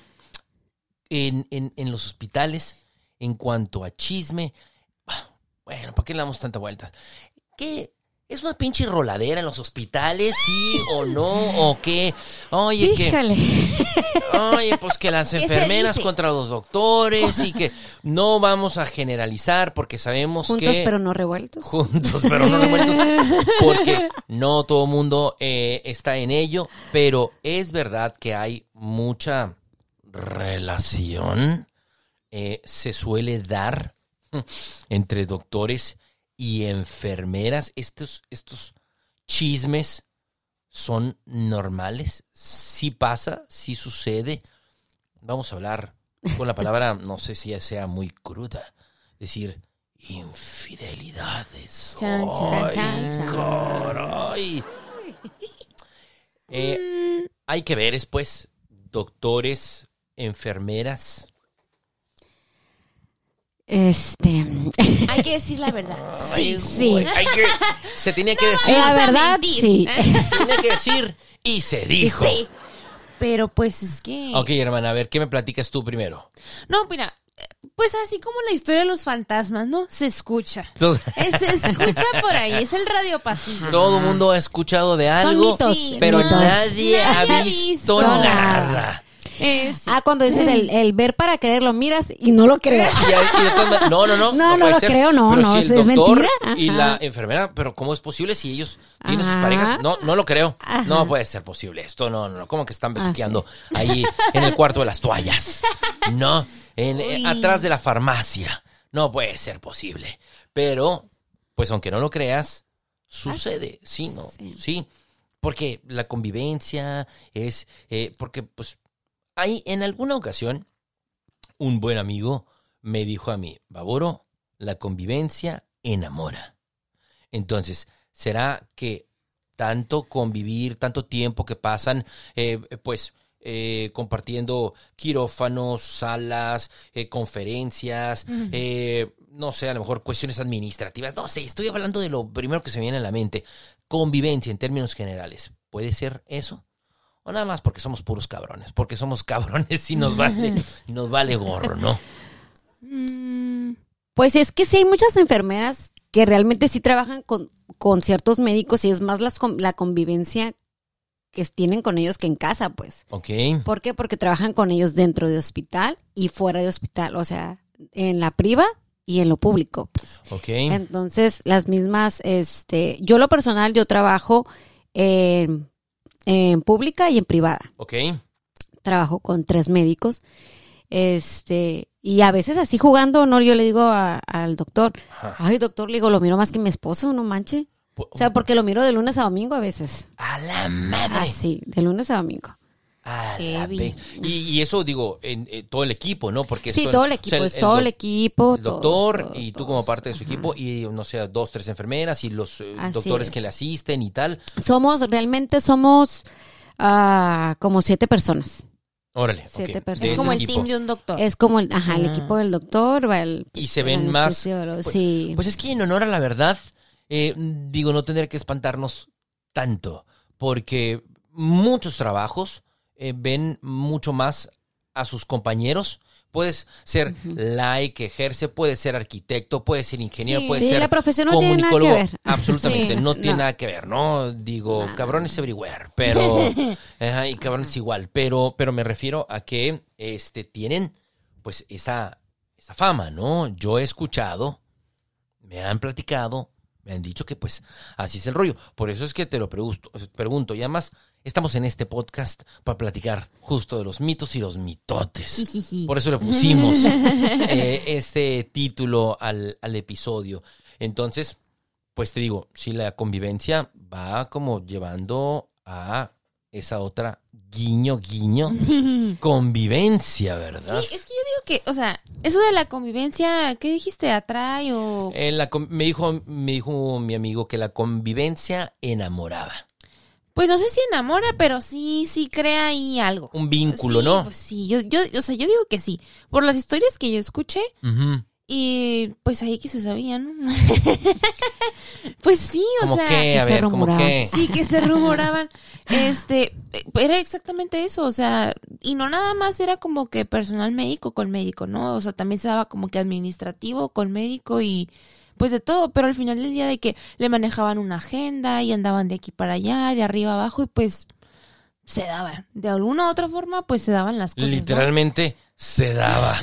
S2: en los hospitales en cuanto a chisme? Bueno, ¿para qué le damos tanta vueltas? ¿Qué? ¿Es una pinche roladera en los hospitales? ¿Sí o no? ¿O qué? Oye,
S4: Híjole.
S2: pues que las
S3: ¿Qué se
S2: enfermeras
S3: dice?
S2: contra los doctores y que no vamos a generalizar porque sabemos
S4: Juntos
S2: que...
S4: pero no revueltos.
S2: Juntos, pero no revueltos, porque no todo mundo está en ello, pero es verdad que hay mucha relación, se suele dar entre doctores y enfermeras. Estos chismes son normales, sí pasa, sí sucede. Vamos a hablar con la palabra, no sé si sea muy cruda, decir infidelidades.
S3: Chan, chan,
S2: Ay,
S4: chan, chan.
S2: caray. Hay que ver después, doctores, enfermeras.
S3: Hay que decir la verdad.
S2: Ay,
S4: sí.
S2: güey, se tenía que decir,
S4: La verdad,
S3: mentir.
S4: sí.
S2: se tenía que decir y se dijo.
S3: Sí. Pero pues es que...
S2: Ok, hermana, a ver, ¿qué me platicas tú primero?
S3: No, mira, pues así como la historia de los fantasmas, ¿no? Se escucha.
S2: Entonces,
S3: Se escucha por ahí, es el radio pasillo.
S2: todo el mundo ha escuchado de
S4: Son
S2: algo,
S4: mitos,
S3: Sí,
S2: pero
S4: mitos.
S2: nadie ha
S3: Nadie ha
S2: visto
S3: visto
S2: nada.
S3: Sí.
S4: Cuando dices el ver para creer, lo miras y no lo creo.
S2: Y de todas maneras, no
S4: No
S2: puede
S4: lo
S2: ser.
S4: creo, no,
S2: Pero
S4: no,
S2: si
S4: es
S2: el doctor
S4: mentira.
S2: y
S4: Ajá.
S2: la enfermera, pero ¿cómo es posible si ellos tienen sus
S4: Ajá.
S2: parejas? No lo creo.
S4: Ajá.
S2: No puede ser posible esto, no. ¿Cómo que están besuqueando ahí en el cuarto de las toallas? No,
S3: Uy.
S2: atrás de la farmacia. No puede ser posible. Pero, pues aunque no lo creas, sucede. Sí, no, sí. Porque la convivencia es... porque, pues, hay en alguna ocasión un buen amigo me dijo a mí, Baboro, la convivencia enamora. Entonces, ¿será que tanto convivir, tanto tiempo que pasan, compartiendo quirófanos, salas, conferencias, no sé, a lo mejor cuestiones administrativas, no sé, estoy hablando de lo primero que se me viene a la mente, convivencia en términos generales, ¿puede ser eso? O nada más porque somos puros cabrones, porque somos cabrones y nos vale gorro, ¿no?
S4: Pues es que sí hay muchas enfermeras que realmente sí trabajan con ciertos médicos y es más la convivencia que tienen con ellos que en casa, pues.
S2: Ok.
S4: ¿Por qué? Porque trabajan con ellos dentro de hospital y fuera de hospital, o sea, en la priva y en lo público, pues.
S2: Ok.
S4: Entonces, las mismas, yo lo personal, yo trabajo en pública y en privada.
S2: Ok.
S4: Trabajo con 3 médicos, y a veces así jugando, no, yo le digo al doctor,
S2: Ajá.
S4: ay, doctor, le digo, lo miro más que mi esposo, no manche. O sea, porque lo miro de lunes a domingo a veces.
S2: ¡A la madre!
S4: Así, de lunes a domingo.
S2: A
S3: Qué
S2: la
S3: bien.
S2: y eso, digo, en todo el equipo, ¿no? Porque
S4: Sí,
S2: esto-
S4: todo el equipo,
S2: o sea,
S4: es todo el equipo.
S2: El doctor
S4: todos,
S2: y tú
S4: todos.
S2: como parte de su
S4: Ajá.
S2: equipo y, no sé, 2, 3 enfermeras y los
S4: Así
S2: doctores
S4: es.
S2: que le asisten y tal.
S4: Realmente somos como 7 personas.
S2: Órale,
S4: 7
S2: ok.
S4: personas.
S2: De
S3: Es
S2: ese
S3: como el
S2: equipo.
S3: team de un doctor.
S4: Es como el
S2: Ah.
S4: equipo del doctor, va el
S2: Y se ven
S4: el
S2: más...
S4: anestesiólogo,
S2: Pues,
S4: sí.
S2: pues es que en honor a la verdad, digo, no tendría que espantarnos tanto, porque muchos trabajos ven mucho más a sus compañeros. Puedes ser que ejerce, puedes ser arquitecto, puedes ser ingeniero,
S3: Sí.
S2: puedes
S4: Sí,
S2: ser
S4: la profesión no tiene nada que
S2: comunicólogo.
S4: ver.
S2: Absolutamente,
S4: Sí.
S2: no tiene
S4: No.
S2: nada que ver, ¿no? Digo,
S4: No.
S2: cabrones everywhere, pero... y cabrones igual, pero me refiero a que tienen pues esa fama, ¿no? Yo he escuchado, me han platicado, me han dicho que pues así es el rollo. Por eso es que te lo pregunto. Y además estamos en este podcast para platicar justo de los mitos y los mitotes.
S3: Jijiji.
S2: Por eso le pusimos este título al episodio. Entonces, pues te digo, si la convivencia va como llevando a esa otra guiño, convivencia, ¿verdad?
S3: Sí, es que yo digo que, o sea, eso de la convivencia, ¿qué dijiste? ¿Atrae o...?
S2: Me dijo mi amigo que la convivencia enamoraba.
S3: Pues no sé si enamora, pero sí crea ahí algo.
S2: Un vínculo,
S3: Sí,
S2: ¿no?
S3: Pues sí, yo digo que sí. Por las historias que yo escuché,
S2: Ujú.
S3: y pues ahí que se sabía, ¿no? Pues sí, o
S2: ¿Cómo
S3: sea...
S2: qué? A
S4: que se
S2: ver, ¿cómo
S4: rumoraba.
S2: qué?
S3: Sí, que se rumoraban. Era exactamente eso, o sea, y no nada más era como que personal médico con médico, ¿no? O sea, también se daba como que administrativo con médico y pues de todo, pero al final del día de que le manejaban una agenda y andaban de aquí para allá, de arriba abajo y pues se daban. De alguna u otra forma, pues se daban las cosas, ¿no?
S2: Literalmente se daba.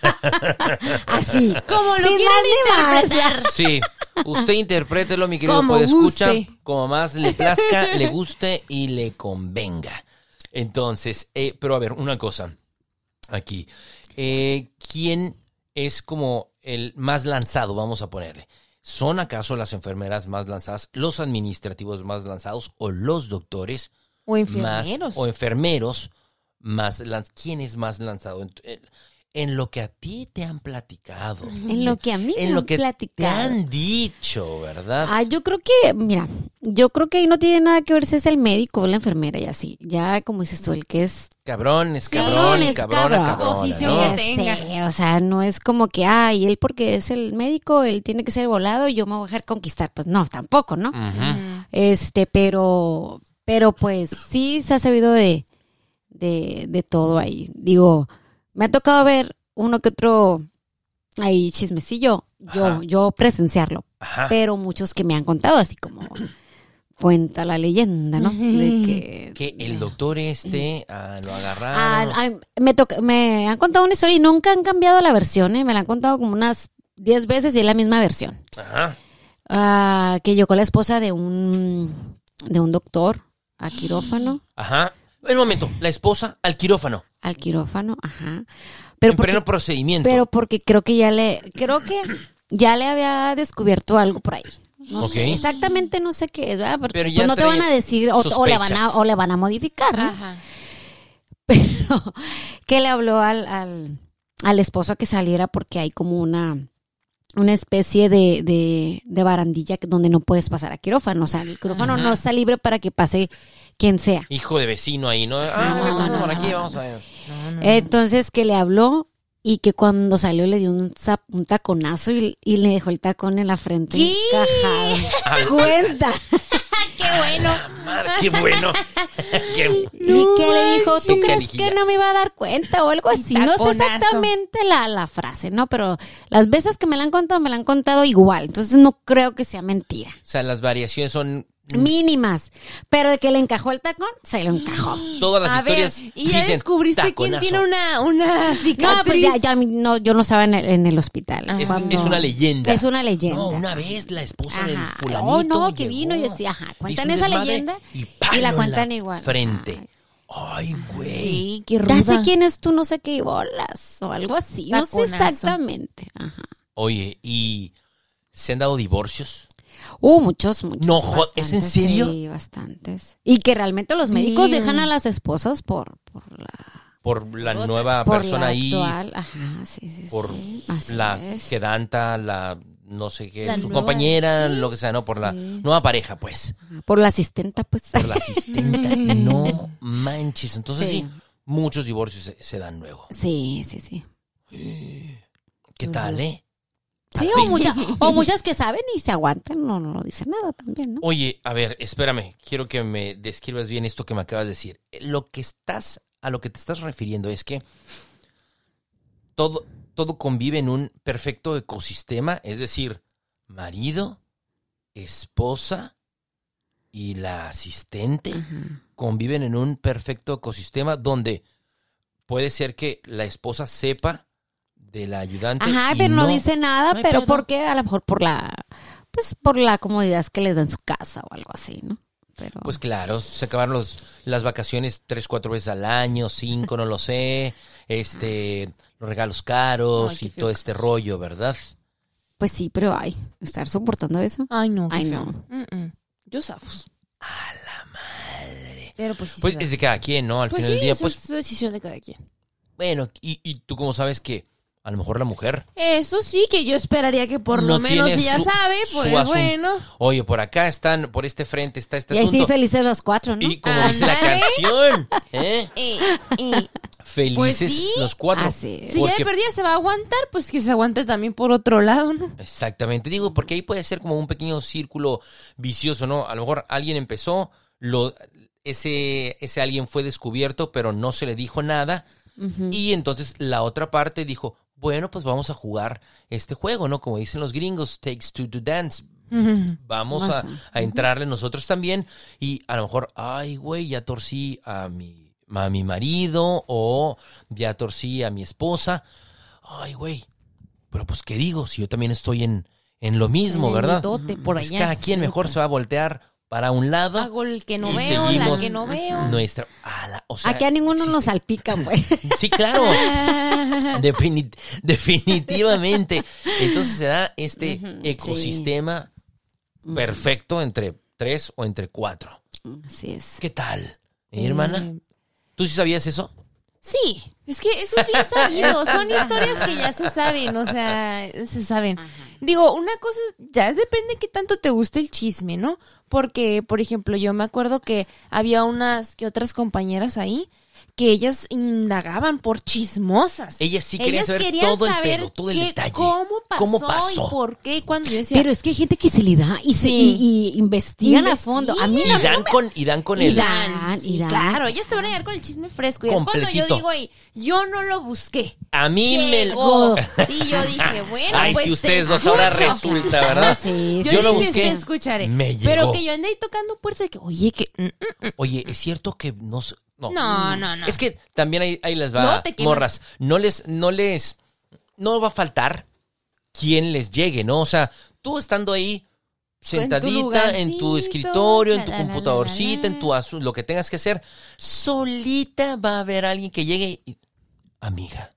S4: Así.
S3: Como lo
S4: Sin
S3: quieran
S4: más ni
S3: interpretar.
S2: Sí, usted interprételo, mi querido
S3: Como
S2: podescucha,
S3: guste.
S2: como más le plazca, le guste y le convenga. Entonces, pero a ver, una cosa aquí. ¿Quién es como el más lanzado, vamos a ponerle? ¿Son acaso las enfermeras más lanzadas, los administrativos más lanzados o los doctores
S3: O enfermeros.
S2: o enfermeros más lanzados? ¿Quién es más lanzado? En lo que a ti te han platicado.
S4: En lo que a mí me
S2: En lo
S4: han
S2: que te
S4: platicado.
S2: han dicho, ¿verdad?
S4: Yo creo que ahí no tiene nada que ver si es el médico o la enfermera y así. Ya, como dices tú, el que es
S2: Cabrón, es
S3: Sí,
S2: cabrón,
S4: es
S2: cabrona,
S4: cabrón.
S2: cabrona,
S3: Posición
S2: ¿no?
S3: que tenga.
S4: Sí, o sea, no es como que, él porque es el médico, él tiene que ser volado y yo me voy a dejar conquistar. Pues no, tampoco, ¿no?
S2: Ujú.
S4: Pero pues sí se ha sabido de todo ahí. Digo, me ha tocado ver uno que otro ahí chismecillo,
S2: Ajá.
S4: yo presenciarlo,
S2: Ajá.
S4: pero muchos que me han contado así como cuenta la leyenda, ¿no? De
S2: Que el doctor lo agarraron.
S4: me han contado una historia y nunca han cambiado la versión, ¿eh? Me la han contado como unas 10 veces y es la misma versión.
S2: Ajá.
S4: Que llegó la esposa de un doctor a quirófano.
S2: Ajá. Un momento, la esposa al quirófano.
S4: al quirófano, ajá.
S2: En pleno procedimiento.
S4: Pero porque creo que ya le había descubierto algo por ahí. No
S2: Ok.
S4: sé, exactamente no sé qué es, ¿verdad? Porque
S2: Pero ya
S4: pues no te van a
S2: traía
S4: decir o le van a modificar, ¿no?
S3: Ajá.
S4: Pero que le habló al esposo a que saliera porque hay como una especie de barandilla donde no puedes pasar a quirófano. O sea, el quirófano no está libre para que pase quien sea.
S2: Hijo de vecino ahí, ¿no? Vamos por aquí, vamos a ver.
S4: Entonces que le habló y que cuando salió le dio un taconazo y le dejó el tacón en la frente
S3: ¿Qué?
S4: encajado. Cuenta.
S3: ¡Qué bueno!
S2: Madre, qué bueno.
S4: Y que le dijo, ¿tú
S2: qué
S4: crees
S2: carijilla.
S4: que no me iba a dar cuenta o algo así? No sé
S3: Taconazo.
S4: exactamente la frase, ¿no? Pero las veces que me la han contado igual. Entonces no creo que sea mentira.
S2: O sea, las variaciones son
S4: Mínimas. Pero de que le encajó el tacón, se lo encajó.
S2: todas las
S3: A ver,
S2: historias.
S3: y ya
S2: dicen,
S3: descubriste
S2: taconazo.
S3: quién tiene una cicatriz.
S4: No, pues yo no estaba en el hospital.
S2: Es
S4: Cuando-
S2: una leyenda.
S4: Es una leyenda.
S2: No, una vez la esposa del
S4: Ajá.
S2: fulanito
S4: Oh, no, que
S2: llegó,
S4: vino y decía, ajá, cuentan
S2: hizo un
S4: esa
S2: desmadre
S4: leyenda
S2: y,
S4: y
S2: palo
S4: la
S2: en
S4: cuentan igual.
S2: Frente. Ay, güey.
S3: Sí, qué
S4: Ya
S3: ruda.
S4: sé quién es tú, no sé qué bolas o algo así. No sé
S3: Taconazo.
S4: exactamente. Ajá.
S2: Oye, ¿y se han dado divorcios?
S4: Muchos.
S2: No, ¿es en
S4: bastantes,
S2: serio?
S4: Sí, bastantes. Y que realmente los médicos
S3: Damn.
S4: dejan a las esposas por
S2: Por la nueva
S4: la
S2: persona ahí,
S4: actual. Ajá, sí.
S2: por
S4: sí. Así
S2: la
S4: es.
S2: quedanta, la no sé qué,
S3: La
S2: su
S3: nueva,
S2: compañera,
S3: sí.
S2: lo que sea, ¿no? Por la
S4: Sí.
S2: nueva pareja, pues.
S4: Ajá, por la asistenta, pues.
S2: Por la asistente. No manches. Entonces sí,
S4: Sí.
S2: muchos divorcios se dan luego.
S4: Sí.
S2: ¿Qué tal, eh?
S4: Sí, o muchas que saben y se aguantan, no dicen nada también, ¿no?
S2: Oye, a ver, espérame, quiero que me describas bien esto que me acabas de decir. A lo que te estás refiriendo es que todo convive en un perfecto ecosistema, es decir, marido, esposa y la asistente
S4: Ajá.
S2: conviven en un perfecto ecosistema donde puede ser que la esposa sepa de la ayudante.
S4: Ajá,
S2: y
S4: pero no dice nada,
S2: no hay
S4: pero
S2: pedo.
S4: porque a lo mejor por la comodidad que les da en su casa o algo así, ¿no? Pero
S2: Pues claro, se acabaron las vacaciones 3-4 veces al año, 5, no lo sé, los regalos caros
S3: Ay, qué
S2: y
S3: feo
S2: todo este rollo, ¿verdad?
S4: pues sí, pero estar soportando eso.
S3: Ay, no.
S4: Ay,
S3: qué
S4: no.
S3: feo. Yo zafos.
S2: A la madre.
S3: Pero pues sí.
S2: Pues
S3: se da.
S2: es de cada quien, ¿no? Al
S3: Pues
S2: final
S3: sí,
S2: del día,
S3: esa
S2: pues,
S3: es decisión de cada quien.
S2: bueno, y tú como sabes que a lo mejor la mujer
S3: Eso sí, que yo esperaría que por
S2: no
S3: lo menos
S2: tiene
S3: ella
S2: su-
S3: sabe,
S2: su
S3: pues
S2: asunto.
S3: bueno.
S2: Oye, por acá están, por este frente está este
S4: Y ahí sí
S2: asunto.
S4: felices los cuatro, ¿no?
S2: Y como dice la
S3: Ándale.
S2: canción, ¿eh?
S3: Pues
S2: Felices
S3: sí.
S2: los cuatro.
S4: Así es.
S3: Si ya
S2: Porque-
S3: de perdida se va a aguantar, pues que se aguante también por otro lado, ¿no?
S2: Exactamente, digo, porque ahí puede ser como un pequeño círculo vicioso, ¿no? A lo mejor alguien empezó, ese alguien fue descubierto, pero no se le dijo nada, y entonces la otra parte dijo, bueno, pues vamos a jugar este juego, ¿no? Como dicen los gringos, takes two to dance. Vamos a entrarle nosotros también, y a lo mejor, ay, güey, ya torcí a mi marido, o ya torcí a mi esposa, ay, güey, pero pues, ¿qué digo? Si yo también estoy en lo mismo,
S3: En el
S2: ¿verdad?
S3: mitote, por
S2: Pues
S3: allá.
S2: cada quien mejor se va a voltear para un lado.
S3: Hago el que no
S2: y
S3: veo, la
S2: seguimos
S3: que no veo.
S2: nuestra... o sea,
S4: Aquí a ninguno nos
S2: existe-
S4: salpica, pues.
S2: Sí, claro. Definitivamente. Entonces se da este ecosistema perfecto entre 3 o entre 4.
S4: Así es.
S2: ¿Qué tal, hermana? ¿Tú sí sabías eso?
S3: Sí, es que eso es bien sabido, son historias que ya se saben, o sea, se saben. Digo, una cosa, ya depende qué tanto te guste el chisme, ¿no? Porque, por ejemplo, yo me acuerdo que había unas que otras compañeras ahí que ellas indagaban por chismosas.
S2: Ellas sí querían
S3: Ellas
S2: saber
S3: querían
S2: todo el
S3: saber
S2: pedo, todo el
S3: qué-
S2: detalle.
S3: ¿Cómo pasó? ¿Y por qué? Y cuando yo decía...
S4: Pero es que hay gente que se le da y investigan a fondo. A mí
S2: Y dan con
S4: Y
S2: el...
S4: dan.
S3: Sí, claro, ellas te van a llegar con el chisme fresco. Y es cuando yo
S2: Completito.
S3: digo ahí, yo no lo busqué.
S2: A mí me...
S3: Llegó. Y yo dije, bueno,
S2: Ay,
S3: pues
S2: si
S3: te
S2: ustedes dos ahora
S3: escucho.
S2: resulta, ¿verdad?
S4: Sí,
S3: Yo,
S2: Yo lo
S3: dije,
S2: busqué.
S3: te escucharé.
S2: Me
S3: Pero
S2: llegó.
S3: que yo andé ahí tocando puertas de que, oye, que...
S2: Oye, ¿es cierto que no...
S3: No.
S2: Es que también ahí les va,
S3: No te quemas.
S2: morras. No va a faltar quien les llegue, ¿no? O sea, tú estando ahí, sentadita en tu escritorio, en tu
S3: la, la,
S2: computadorcita,
S3: la, la.
S2: en tu lo que tengas que hacer, solita va a haber alguien que llegue y... Amiga,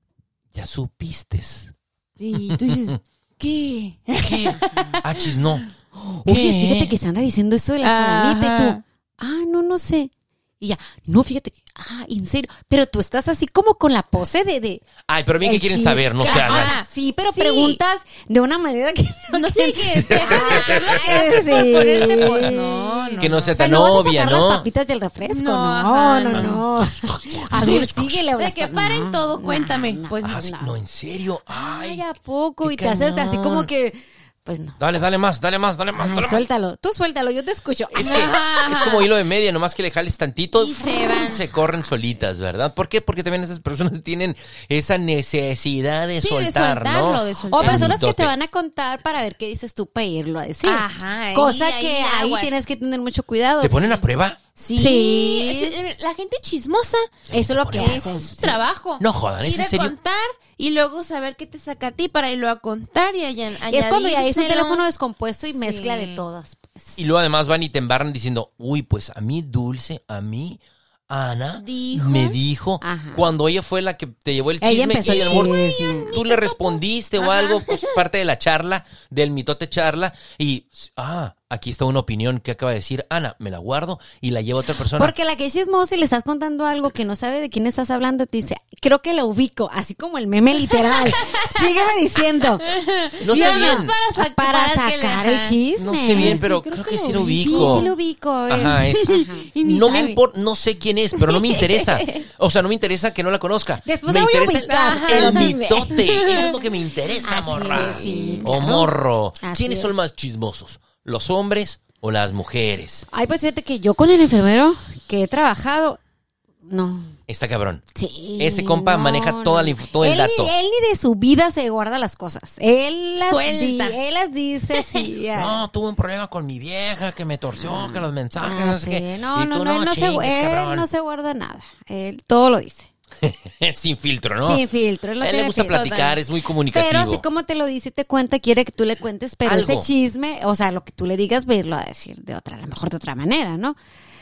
S2: ya supiste.
S3: Y tú dices, ¿qué?
S2: ¿Qué? Achis, no.
S4: Oye,
S2: ¿Qué?
S4: fíjate que se anda diciendo eso de la fulanita y tú,
S3: Ajá.
S4: no sé. Y ya, no, fíjate que, en serio. Pero tú estás así como con la pose de
S2: Ay, pero bien que
S4: el
S2: quieren
S4: chisme.
S2: saber, no se
S3: Claro.
S2: hagan.
S3: Ajá.
S4: Sí, pero
S3: Sí.
S4: preguntas de una manera que
S3: No sé, que dejas de hacer lo que haces por
S4: Sí.
S3: ponerte, pues no.
S2: Que no sea
S4: O sea,
S2: tan
S4: no vas a
S2: obvia,
S4: sacar
S2: ¿no?
S4: las papitas del refresco,
S3: No,
S4: no,
S3: ajá,
S4: no. A ver, síguele.
S3: De que paren todo, cuéntame. Pues
S2: Ah, sí,
S4: no.
S2: no, en serio.
S4: Ay,
S2: Ay,
S4: ¿a poco?
S2: qué
S4: Y te haces así
S2: cañón.
S4: como que, pues no.
S2: dale más, dale más.
S4: Ay,
S2: dale más.
S4: suéltalo, tú suéltalo, yo te escucho.
S2: Es que es como hilo de media, nomás que le jales tantito,
S3: Y se van.
S2: se corren solitas, ¿verdad? ¿Por qué? Porque también esas personas tienen esa necesidad de
S3: Sí,
S2: soltar,
S3: de soltarlo,
S2: ¿no?
S3: de
S4: O
S3: soltarlo.
S4: personas que
S2: mitote.
S4: te van a contar para ver qué dices tú para irlo a decir.
S3: Ajá,
S4: Cosa
S3: ahí,
S4: que
S3: ahí,
S4: ahí
S3: aguas.
S4: tienes que tener mucho cuidado.
S2: ¿Te ponen a prueba?
S3: Sí.
S4: Sí.
S3: La gente chismosa.
S4: Eso es lo que
S3: Es
S4: hacen.
S3: su trabajo.
S2: No jodan, ¿es
S3: Ir
S2: en
S3: a
S2: serio?
S3: contar y luego saber qué te saca a ti para irlo a contar y
S4: Y es cuando ya es un
S3: añadírselo.
S4: teléfono descompuesto y
S3: Sí.
S4: mezcla de todas. Pues.
S2: Y luego además van y te embarran diciendo, uy, pues a mí Dulce, a mí Ana
S3: Dijo.
S2: me dijo,
S4: Ajá.
S2: cuando ella fue la que te llevó el
S4: Ella
S2: chisme
S4: empezó
S2: y
S4: el
S2: a lo mejor
S4: chisme.
S2: tú le respondiste o algo, pues parte de la charla, del mitote charla, y aquí está una opinión que acaba de decir Ana, me la guardo y la lleva a otra persona.
S4: Porque la que es chismosa y le estás contando algo que no sabe de quién estás hablando, te dice, creo que lo ubico, así como el meme literal. Sígueme diciendo.
S2: No
S3: Sí,
S2: sé
S3: además
S2: bien.
S4: Para
S3: que le-
S4: sacar el
S3: ajá.
S4: chisme.
S2: No sé bien,
S3: Sí,
S2: pero
S3: creo
S2: creo
S3: que
S2: que sí
S3: lo
S2: lo
S3: ubico.
S2: ubico.
S4: Sí, sí lo ubico.
S2: Ajá, es.
S3: Y ni
S2: No me
S3: sabe.
S2: importa, no sé quién es, pero no me interesa. O sea, no me interesa que no la conozca.
S4: Después
S2: me
S4: la voy a
S2: interesa
S4: ubicar,
S2: el
S4: pero dime.
S2: mitote. Eso es lo que me interesa,
S4: Así
S2: morra.
S4: es, sí,
S2: O
S4: claro.
S2: morro.
S4: Así
S2: ¿Quiénes son
S4: es.
S2: más chismosos? ¿Los hombres o las mujeres?
S4: Ay, pues fíjate que yo con el enfermero que he trabajado, no.
S2: Está cabrón.
S4: Sí.
S2: Ese compa maneja todo el
S4: Él
S2: dato.
S4: Él ni de su vida se guarda las cosas. Él las,
S3: Suelta.
S4: él las dice así.
S2: No, tuve un problema con mi vieja que me torció, que los mensajes,
S4: Ah,
S2: no sé
S4: sí.
S2: qué.
S4: No,
S2: Y tú,
S4: él no
S2: chingues, cabrón.
S4: él no se guarda nada. Él todo lo dice.
S2: Sin filtro, ¿no?
S4: Sin filtro. Él no
S2: A él le
S4: tiene
S2: gusta
S4: filtro.
S2: platicar, es muy comunicativo.
S4: Pero así como te lo dice y te cuenta, quiere que tú le cuentes, pero
S2: Algo.
S4: ese chisme, o sea, lo que tú le digas, verlo a decir de otra, a lo mejor de otra manera, ¿no?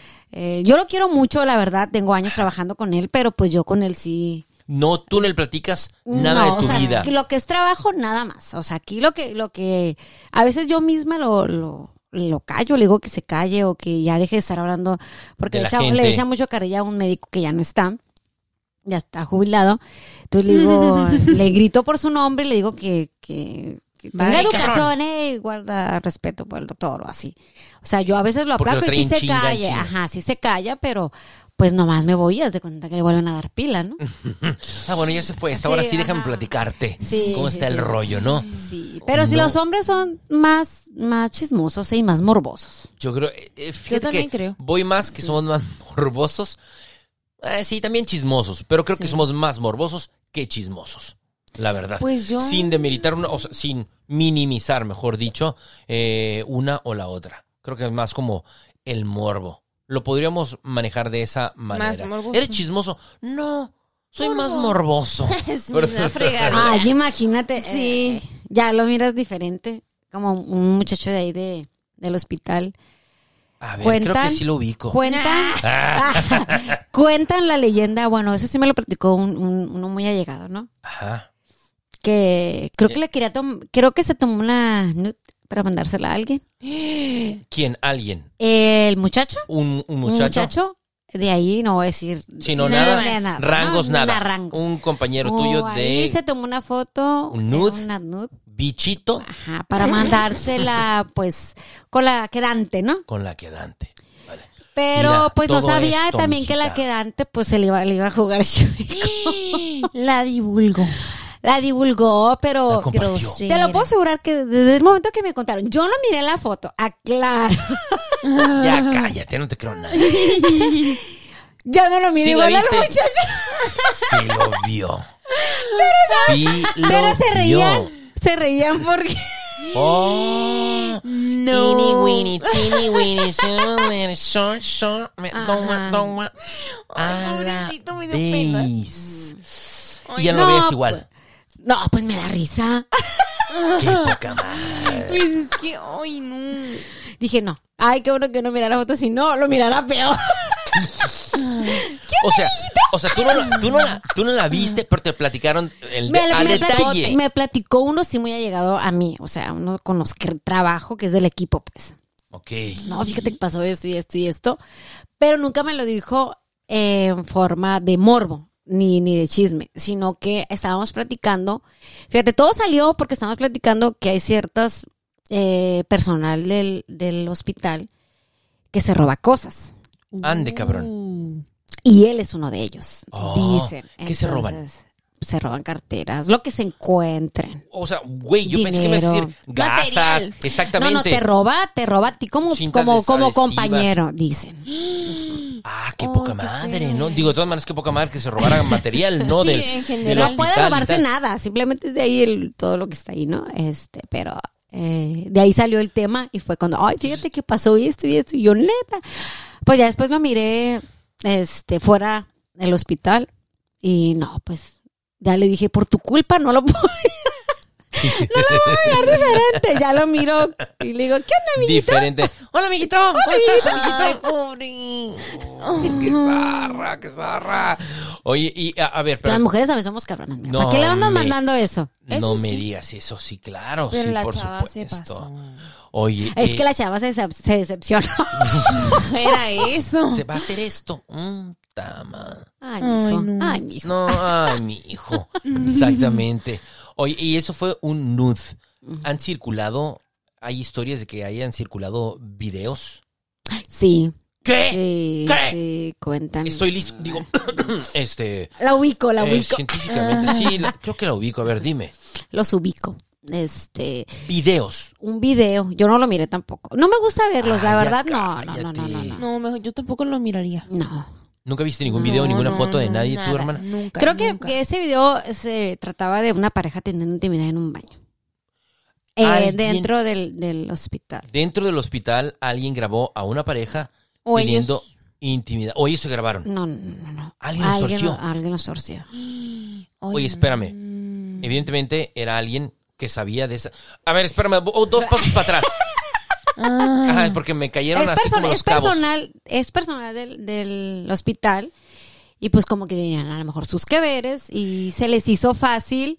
S4: Yo lo quiero mucho, la verdad, tengo años trabajando con él, pero pues yo con él sí.
S2: No, tú no le platicas nada
S4: No,
S2: de tu
S4: o sea,
S2: vida.
S4: es que lo que es trabajo, nada más. O sea, aquí lo que a veces yo misma lo callo, le digo que se calle o que ya deje de estar hablando, porque
S2: De
S4: le
S2: la
S4: echa,
S2: gente.
S4: le echa mucho carrilla a un médico que ya no está, ya está jubilado. Entonces le digo, le grito por su nombre y le digo que tenga
S2: Ay,
S4: educación y guarda respeto por el doctor o así. O sea, yo a veces lo
S2: Porque lo
S4: aplaco y sí
S2: traen
S4: se
S2: chinga en
S4: calla,
S2: chinga.
S4: ajá, sí se calla, pero pues nomás me voy, haz de cuenta que le vuelven a dar pila, ¿no?
S2: Bueno, ya se fue. Esta
S4: Sí,
S2: hora sí déjame
S4: ajá.
S2: platicarte.
S4: Sí,
S2: ¿Cómo
S4: sí,
S2: está el
S4: sí, sí.
S2: rollo, no?
S4: Sí, pero si
S2: No.
S4: los hombres son más chismosos y más morbosos.
S2: Yo creo, fíjate
S3: también
S2: que
S3: creo.
S2: voy más que somos más morbosos. Sí, también chismosos, pero creo que
S4: Sí.
S2: somos más morbosos que chismosos. La verdad.
S3: Pues yo-
S2: Sin demeritar una, o sea, sin minimizar, mejor dicho, una o la otra. Creo que es más como el morbo. Lo podríamos manejar de esa manera.
S3: morboso.
S2: ¿Eres chismoso? No, soy
S3: Morbo.
S2: más morboso.
S3: Es una fregadera.
S4: Ay, imagínate.
S3: Sí.
S4: Ya lo miras diferente. Como un muchacho de ahí del hospital.
S2: A ver,
S4: Cuentan-
S2: creo que sí lo ubico.
S4: Cuentan, cuentan la leyenda. Bueno, eso sí me lo platicó uno muy allegado, ¿no?
S2: Ajá.
S4: Que creo que le quería creo que se tomó una nude para mandársela a alguien.
S2: ¿Quién? ¿Alguien?
S4: El muchacho.
S2: ¿Un
S4: Un
S2: muchacho?
S4: de ahí no voy a decir.
S2: Sí, no,
S3: Nada
S2: nada.
S3: más.
S2: Rangos,
S4: No,
S2: nada.
S4: rangos.
S2: Un compañero tuyo
S4: Ahí se
S2: de
S4: tomó una foto.
S2: ¿Un nude?
S4: Una nude.
S2: bichito
S4: Ajá, para mandársela, pues, con la quedante, ¿no?
S2: con la quedante. Vale.
S4: Pero,
S2: Mira,
S4: pues, no
S2: todo
S4: sabía
S2: esto,
S4: también que la
S2: mijita.
S4: quedante, pues, le iba a jugar chueco.
S3: La divulgo.
S4: La divulgó, pero...
S2: La compartió.
S4: Te lo puedo asegurar que desde el momento que me contaron, yo no miré la foto, aclaro.
S2: Ya cállate, no te creo nada.
S4: Yo no lo miré
S2: ¿Sí
S4: igual
S2: la
S4: al
S2: viste?
S4: muchacho.
S2: Sí lo vio. Sí lo
S4: Pero se reían,
S2: vio.
S4: se reían porque...
S2: Oh.
S3: No.
S2: Teeny weeny, short, short,
S4: Ajá.
S2: toma.
S3: Ay, pobrecito, me dio pena.
S2: Y ya no lo
S4: No,
S2: veías igual.
S4: No, pues me da risa.
S2: ¡Qué poca madre!
S3: Pues es que, ay, no.
S4: Dije, no. Ay, qué bueno que no mirara la foto, si no, lo mirara peor.
S2: O sea, tú no la viste, pero te platicaron al detalle.
S4: Me platicó uno sí muy allegado a mí, o sea, uno con los que trabajo, que es del equipo, pues.
S2: Ok.
S4: No, fíjate que pasó esto y esto y esto, pero nunca me lo dijo en forma de morbo, ni de chisme, sino que estábamos platicando. Fíjate, todo salió porque estábamos platicando que hay ciertas personal del hospital que se roba cosas.
S2: Ande, cabrón.
S4: Y él es uno de ellos, dicen.
S2: ¿Qué se roban?
S4: Entonces, se roban carteras, lo que se encuentren.
S2: O sea, güey, yo pensé que me ibas a decir gasas,
S3: material.
S2: exactamente.
S4: No, te roba a ti como compañero, dicen.
S2: Qué poca madre, ¿no? Digo, de todas maneras, qué poca madre que se robara material, ¿no?
S3: Sí,
S2: del,
S3: en general.
S2: del
S3: No
S2: hospital
S4: Puede
S2: y
S4: robarse
S2: tal.
S4: nada, simplemente es de ahí todo lo que está ahí, ¿no? Pero de ahí salió el tema y fue cuando, ay, fíjate que pasó esto y esto, y yo, neta. Pues ya después lo miré, fuera del hospital y no, pues ya le dije, por tu culpa no lo puedo mirar diferente. Ya lo miro y le digo, ¿qué onda, amiguito?
S2: Diferente. Hola, amiguito. ¿Cómo estás, amiguito?
S3: Ay, pobre.
S2: Qué zarra. Oye, y a ver, pero
S4: Las mujeres a veces somos cabronas. Mira.
S2: No,
S4: ¿Para qué le andas
S2: me-
S4: mandando eso?
S2: no
S3: Eso
S2: me
S3: sí.
S2: digas eso, sí, claro,
S3: Pero
S2: sí,
S3: la
S2: por
S3: chava se
S2: supuesto.
S3: pasó.
S2: Oye,
S4: Es que la chava se decepcionó.
S3: Era eso.
S2: se va a hacer esto. Tama.
S4: Ay, mijo.
S3: no.
S4: Ay, mijo.
S2: No, ay, mi hijo. Exactamente. Oye, y eso fue un nude. ¿Han circulado, hay historias de que hayan circulado videos?
S4: Sí.
S2: ¿Qué?
S4: Sí,
S2: ¿Qué?
S4: sí, cuentan.
S2: Estoy listo, digo,
S4: La ubico.
S2: científicamente, sí, creo que la ubico. A ver, dime.
S4: Los ubico.
S2: Videos.
S4: Un video, yo no lo miré tampoco. No me gusta verlos, la
S2: Ay,
S4: verdad,
S2: ya
S4: no.
S2: cállate.
S3: No, mejor yo tampoco lo miraría.
S4: No.
S2: ¿Nunca viste ningún video, ninguna foto de nadie,
S3: nada,
S2: tu hermana?
S3: Nunca.
S4: Creo que
S3: nunca.
S4: ese video se trataba de una pareja teniendo intimidad en un baño.
S2: ¿Alguien?
S4: Dentro del hospital.
S2: Dentro del hospital, alguien grabó a una pareja
S3: O
S2: teniendo
S3: ellos-
S2: intimidad. O ellos se grabaron.
S4: No.
S2: ¿Alguien los torció?
S4: Alguien los torció.
S3: Ay,
S2: Oye, espérame. Evidentemente era alguien que sabía de esa. A ver, espérame, dos pasos para atrás. Ajá, porque me cayeron así como los cabos.
S4: Es personal del hospital y pues como que tenían a lo mejor sus que veres y se les hizo fácil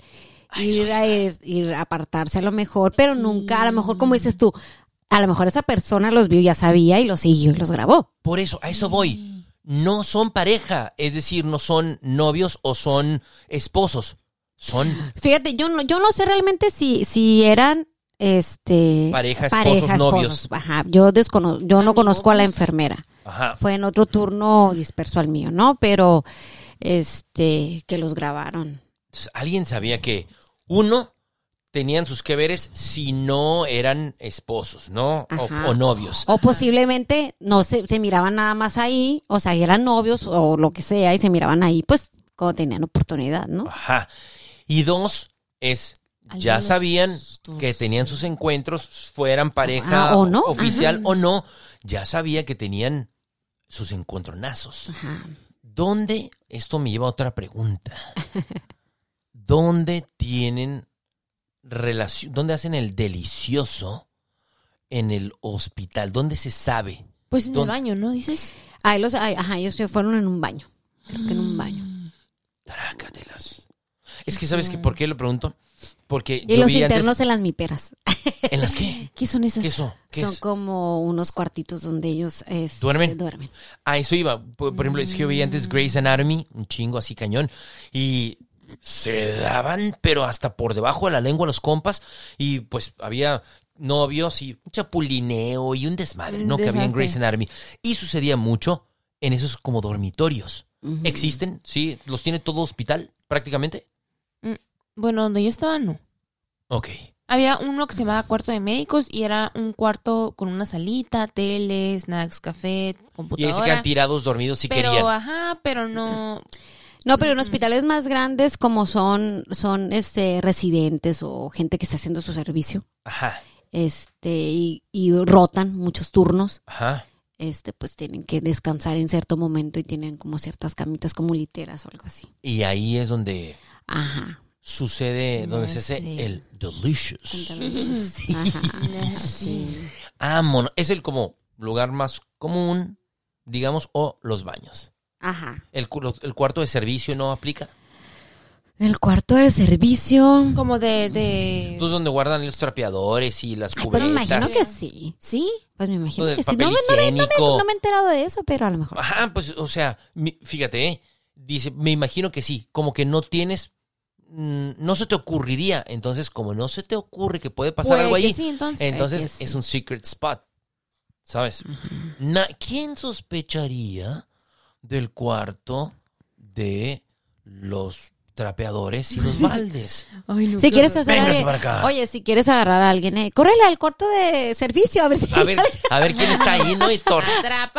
S4: ir a apartarse a lo mejor, pero nunca, a lo mejor como dices tú, a lo mejor esa persona los vio, ya sabía y los siguió y los grabó.
S2: Por eso, a eso voy. No son pareja, es decir, no son novios o son esposos. Son
S4: Fíjate, yo no sé realmente si eran
S2: pareja, esposos, novios.
S4: Ajá, yo no conozco a la enfermera.
S2: Ajá.
S4: Fue en otro turno disperso al mío, ¿no? Pero que los grabaron.
S2: Entonces, alguien sabía que uno tenían sus que veres si no eran esposos, ¿no?
S4: Ajá.
S2: O novios.
S4: O posiblemente no se miraban nada más ahí, o sea, eran novios o lo que sea y se miraban ahí, pues, cuando tenían oportunidad, ¿no?
S2: Ajá. Y dos es,
S3: Alguien
S2: ya
S3: los
S2: sabían
S3: torció.
S2: que tenían sus encuentros, fueran pareja
S4: O no.
S2: oficial
S4: Ajá.
S2: o no, ya sabía que tenían sus encontronazos.
S4: Ajá.
S2: ¿Dónde? Esto me lleva a otra pregunta. ¿Dónde tienen relación? ¿Dónde hacen el delicioso en el hospital? ¿Dónde se sabe?
S3: Pues en el
S2: ¿Dónde?
S3: baño, ¿no? Dices.
S4: Ellos se fueron en un baño. Creo que en un baño.
S2: Trácatelas. Es que, ¿sabes qué? ¿Por qué lo pregunto? Porque
S4: Y
S2: yo
S4: los
S2: vi
S4: internos
S2: antes...
S4: en las miperas.
S2: ¿En las qué?
S3: ¿Qué son esas?
S2: ¿Qué eso? ¿Qué
S4: Son
S2: es?
S4: como unos cuartitos donde ellos
S2: ¿Duermen?
S4: duermen.
S2: A eso iba. Por ejemplo, es que yo veía antes Grey's Anatomy, un chingo así cañón, y se daban, pero hasta por debajo de la lengua los compas, y pues había novios y un chapulineo y un desmadre,
S3: Un
S2: ¿no? Que había en
S3: desastre.
S2: Grey's Anatomy. Y sucedía mucho en esos como dormitorios.
S4: Ujú.
S2: ¿Existen? ¿Sí? ¿Los tiene todo hospital prácticamente?
S3: Bueno, donde yo estaba, no.
S2: Ok.
S3: Había uno que se llamaba cuarto de médicos y era un cuarto con una salita, tele, snacks, café,
S2: Y ahí se
S3: computadora.
S2: quedan tirados, dormidos si
S3: pero,
S2: querían.
S3: ajá, pero no.
S4: No, pero en hospitales más grandes como son residentes o gente que está haciendo su servicio,
S2: Ajá,
S4: y rotan muchos turnos,
S2: ajá.
S4: pues tienen que descansar en cierto momento y tienen como ciertas camitas como literas o algo así.
S2: Y ahí es donde
S4: Ajá.
S2: sucede, donde se hace
S4: Sí.
S2: el delicious.
S4: Ajá. Sí.
S2: Mono. Es el como lugar más común, digamos, o los baños.
S4: Ajá.
S2: El cuarto de servicio no aplica.
S4: El cuarto del servicio.
S3: Como de...
S2: Pues donde guardan los trapeadores y las
S4: Ay, pues me
S2: cubretas.
S4: imagino que sí.
S3: ¿Sí?
S4: Pues me imagino
S2: Lo del
S4: que sí.
S2: papel higiénico.
S4: No me he enterado de eso, pero a lo mejor.
S2: Ajá, pues, o sea, fíjate, dice, me imagino que sí, como que no tienes, no se te ocurriría, entonces como no se te ocurre que puede pasar
S3: Puede
S2: algo
S3: que
S2: allí,
S3: sí, entonces.
S2: entonces
S4: Puede que sí.
S2: es un secret spot, ¿sabes? ¿Quién sospecharía del cuarto de los trapeadores y los baldes?
S3: Ay, no,
S4: Si
S3: qué
S4: quieres
S3: horror.
S4: hacer
S2: Véngase
S4: alguien-
S2: para acá.
S4: Oye, si quieres agarrar a alguien, córrele al cuarto de servicio a ver si
S2: A ver quién está ahí, ¿no? Y
S3: Atrapa.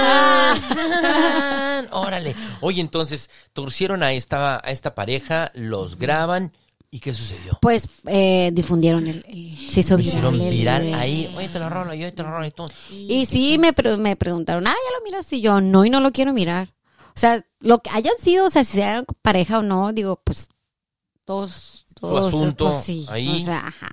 S2: ¡Tarán! Órale. Oye, entonces, torcieron a esta pareja, los graban, ¿y qué sucedió?
S4: pues difundieron se hizo
S2: Lo hicieron
S4: viral,
S2: viral ahí. Oye, te lo rolo, yo te lo rolo y todo.
S4: Y sí, me preguntaron, ya lo miras, y yo, no, y no lo quiero mirar. O sea, lo que hayan sido, o sea, si sean pareja o no, digo, pues, todos,
S2: asunto
S4: pues, sí,
S2: ahí.
S4: o sea, ajá.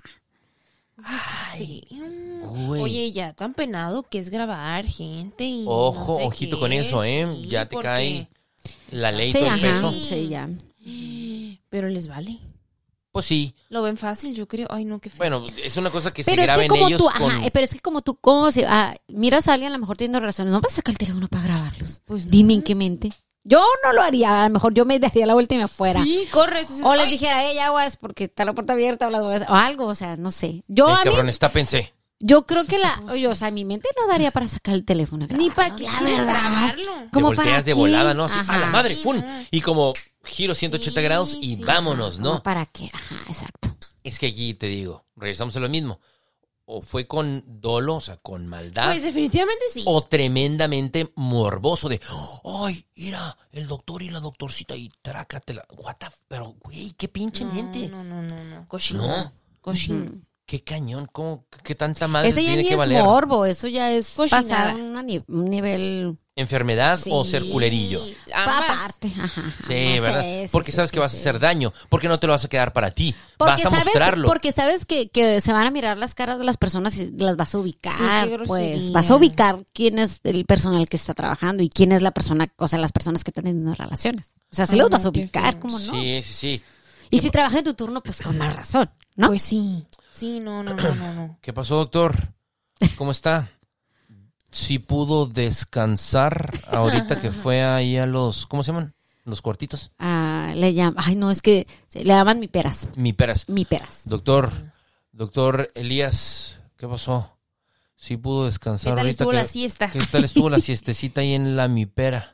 S2: Ay, güey.
S3: Oye, ya tan penado que es grabar gente y
S2: Ojo,
S3: no sé
S2: ojito
S3: qué,
S2: con eso, ¿eh?
S3: sí,
S2: Ya te
S3: porque-
S2: cae la ley y
S4: Sí,
S2: todo el
S4: ajá,
S2: peso.
S4: sí, ya.
S3: Pero les vale.
S2: Pues sí.
S3: Lo ven fácil, yo creo. Ay, no, qué feo.
S2: Bueno, es una cosa que
S4: Pero
S2: se
S4: es
S2: graba
S4: que
S2: en
S4: como
S2: ellos
S4: tú,
S2: con...
S4: ajá, pero es que como tú, como si miras a alguien a lo mejor teniendo relaciones, no vas a sacar el teléfono para grabarlos.
S3: Pues no.
S4: Dime en qué mente. Yo no lo haría, a lo mejor yo me daría la vuelta y me fuera.
S3: Sí, corre.
S4: O les dijera, aguas, porque está la puerta abierta o algo, o sea, no sé. Yo a mí,
S2: cabrón, está pensé.
S4: yo creo que o sea, mi mente no daría para sacar el teléfono. a
S3: Ni para
S4: grabarlo,
S3: qué
S4: la verdad.
S3: grabarlo.
S2: Te
S4: ¿Cómo
S2: volteas
S4: para
S2: de
S4: qué?
S2: volada, ¿no? Así,
S4: Ajá.
S2: a la madre, ¡pum!
S3: Ajá.
S2: Y como giro 180
S3: Sí,
S2: grados y
S3: sí.
S2: vámonos, ¿no?
S4: ¿Cómo para qué? Ajá, exacto.
S2: Es que aquí te digo, regresamos a lo mismo. O fue con dolo, o sea, con maldad,
S3: Pues definitivamente sí.
S2: o tremendamente morboso de, ay, mira, el doctor y la doctorcita y trácatela. Pero, güey, qué pinche mente.
S3: No. Cochino.
S2: No.
S3: Cochino.
S2: Qué cañón, qué tanta madre
S4: Ese ya
S2: tiene
S4: ni
S2: que
S4: es
S2: valer.
S4: morbo, eso ya es
S3: Cochinada.
S4: pasar un nivel
S2: Enfermedad o
S4: Sí.
S2: ser culerillo.
S3: Ambas.
S4: aparte. Ajá,
S2: Sí,
S4: no
S2: ¿verdad?
S4: sé,
S2: Porque
S4: sí,
S2: sabes
S4: sí,
S2: que vas a
S4: sí.
S2: hacer daño, porque no te lo vas a quedar para ti.
S4: Porque
S2: Vas a
S4: sabes,
S2: mostrarlo.
S4: Porque sabes que se van a mirar las caras de las personas y las vas a ubicar.
S3: Sí, qué
S4: pues
S3: grosería.
S4: vas a ubicar quién es el personal que está trabajando y quién es la persona, o sea, las personas que están teniendo relaciones. O sea, sí
S3: Ay,
S4: los
S3: no,
S4: vas a
S3: qué
S4: ubicar,
S3: feo.
S4: ¿cómo no?
S2: Sí.
S4: Y si trabaja en tu turno, pues con más razón, ¿no?
S3: Pues sí. Sí, no.
S2: ¿Qué pasó, doctor? ¿Cómo está? Sí pudo descansar ahorita que fue ahí a los, ¿cómo se llaman? Los cuartitos.
S4: Le llaman, ay no, es que le llaman mi peras.
S2: Mi peras. Doctor Elías, ¿qué pasó? Sí pudo descansar
S3: ¿Qué tal
S2: ahorita
S3: estuvo
S2: que-
S3: la siesta?
S2: ¿Qué tal estuvo la siestecita ahí en la mi pera?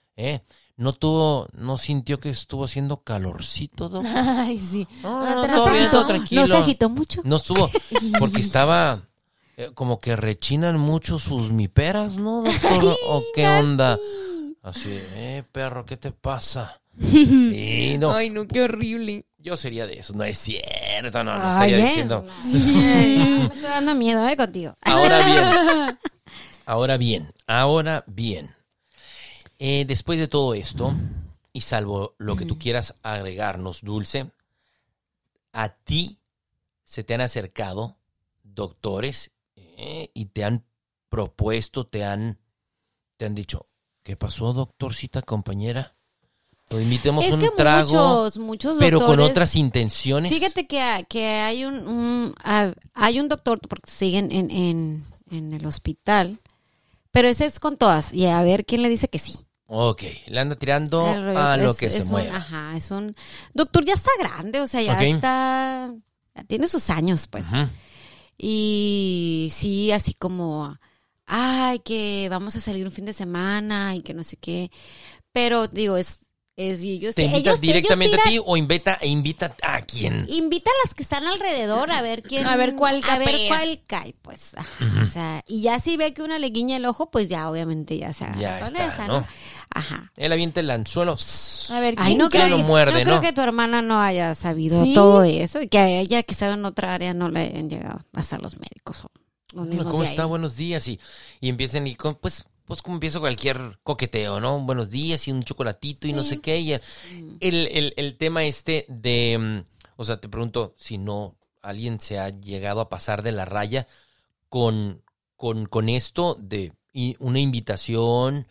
S2: No sintió que estuvo haciendo calorcito, doctor.
S3: Ay, sí.
S2: No,
S3: Ah,
S2: no,
S3: te
S2: todo bien, todo
S3: agitó.
S2: tranquilo.
S4: ¿No se agitó mucho?
S2: No estuvo, porque estaba como que rechinan mucho sus miperas, ¿no, doctor? ¿O qué onda? Así, perro, ¿qué te pasa? Y no,
S3: Ay, no, qué horrible.
S2: yo sería de eso, no es cierto, no
S4: Ay,
S2: estaría diciendo.
S4: Me está dando miedo, contigo.
S2: Ahora bien. Después de todo esto, y salvo lo que tú quieras agregarnos, Dulce, a ti se te han acercado doctores y te han propuesto, te han dicho, ¿qué pasó, doctorcita, compañera? Lo invitemos
S4: Es
S2: un
S4: que
S2: trago,
S4: muchos
S2: pero con
S4: doctores-
S2: otras intenciones.
S4: Fíjate que hay hay un doctor, porque siguen en el hospital, pero ese es con todas, y a ver quién le dice que sí.
S2: Ok, le anda tirando
S4: El rollo
S2: a
S4: que
S2: lo que se
S4: un-
S2: mueva.
S4: Ajá, es un doctor, ya está grande, o sea, ya
S2: Ok.
S4: ya tiene sus años, pues.
S2: Ujú.
S4: Y sí, así como, ay, que vamos a salir un fin de semana y que no sé qué. Pero digo, y ellos,
S2: ¿Te invita
S4: ellos
S2: directamente a
S4: tiran-
S2: ti o invita a quién?
S4: Invita a las que están alrededor a ver quién.
S3: A ver cuál
S4: A ver
S3: capea.
S4: cuál cae, pues. Ajá, o sea, y ya si ve que una le guiña el ojo, pues ya obviamente ya se agarra
S2: Ya
S4: con
S2: está,
S4: esa,
S2: ¿no?
S4: Ajá.
S2: Él avienta el anzuelo.
S3: A ver,
S4: Ay,
S3: ¿quién
S4: no
S2: ¿quién
S4: creo,
S2: lo muerde,
S4: no creo
S2: no?
S4: que tu hermana no haya sabido
S3: ¿Sí?
S4: todo de eso y que a ella que sabe en otra área no le hayan llegado hasta los médicos o los mismos
S2: ¿Cómo
S4: de
S2: está?
S4: ahí.
S2: Buenos días. Y empiezan y con, pues pues como empieza cualquier coqueteo, ¿no? Buenos días y un chocolatito y no sé qué. Y el tema de, o sea, te pregunto si no alguien se ha llegado a pasar de la raya con esto de una invitación,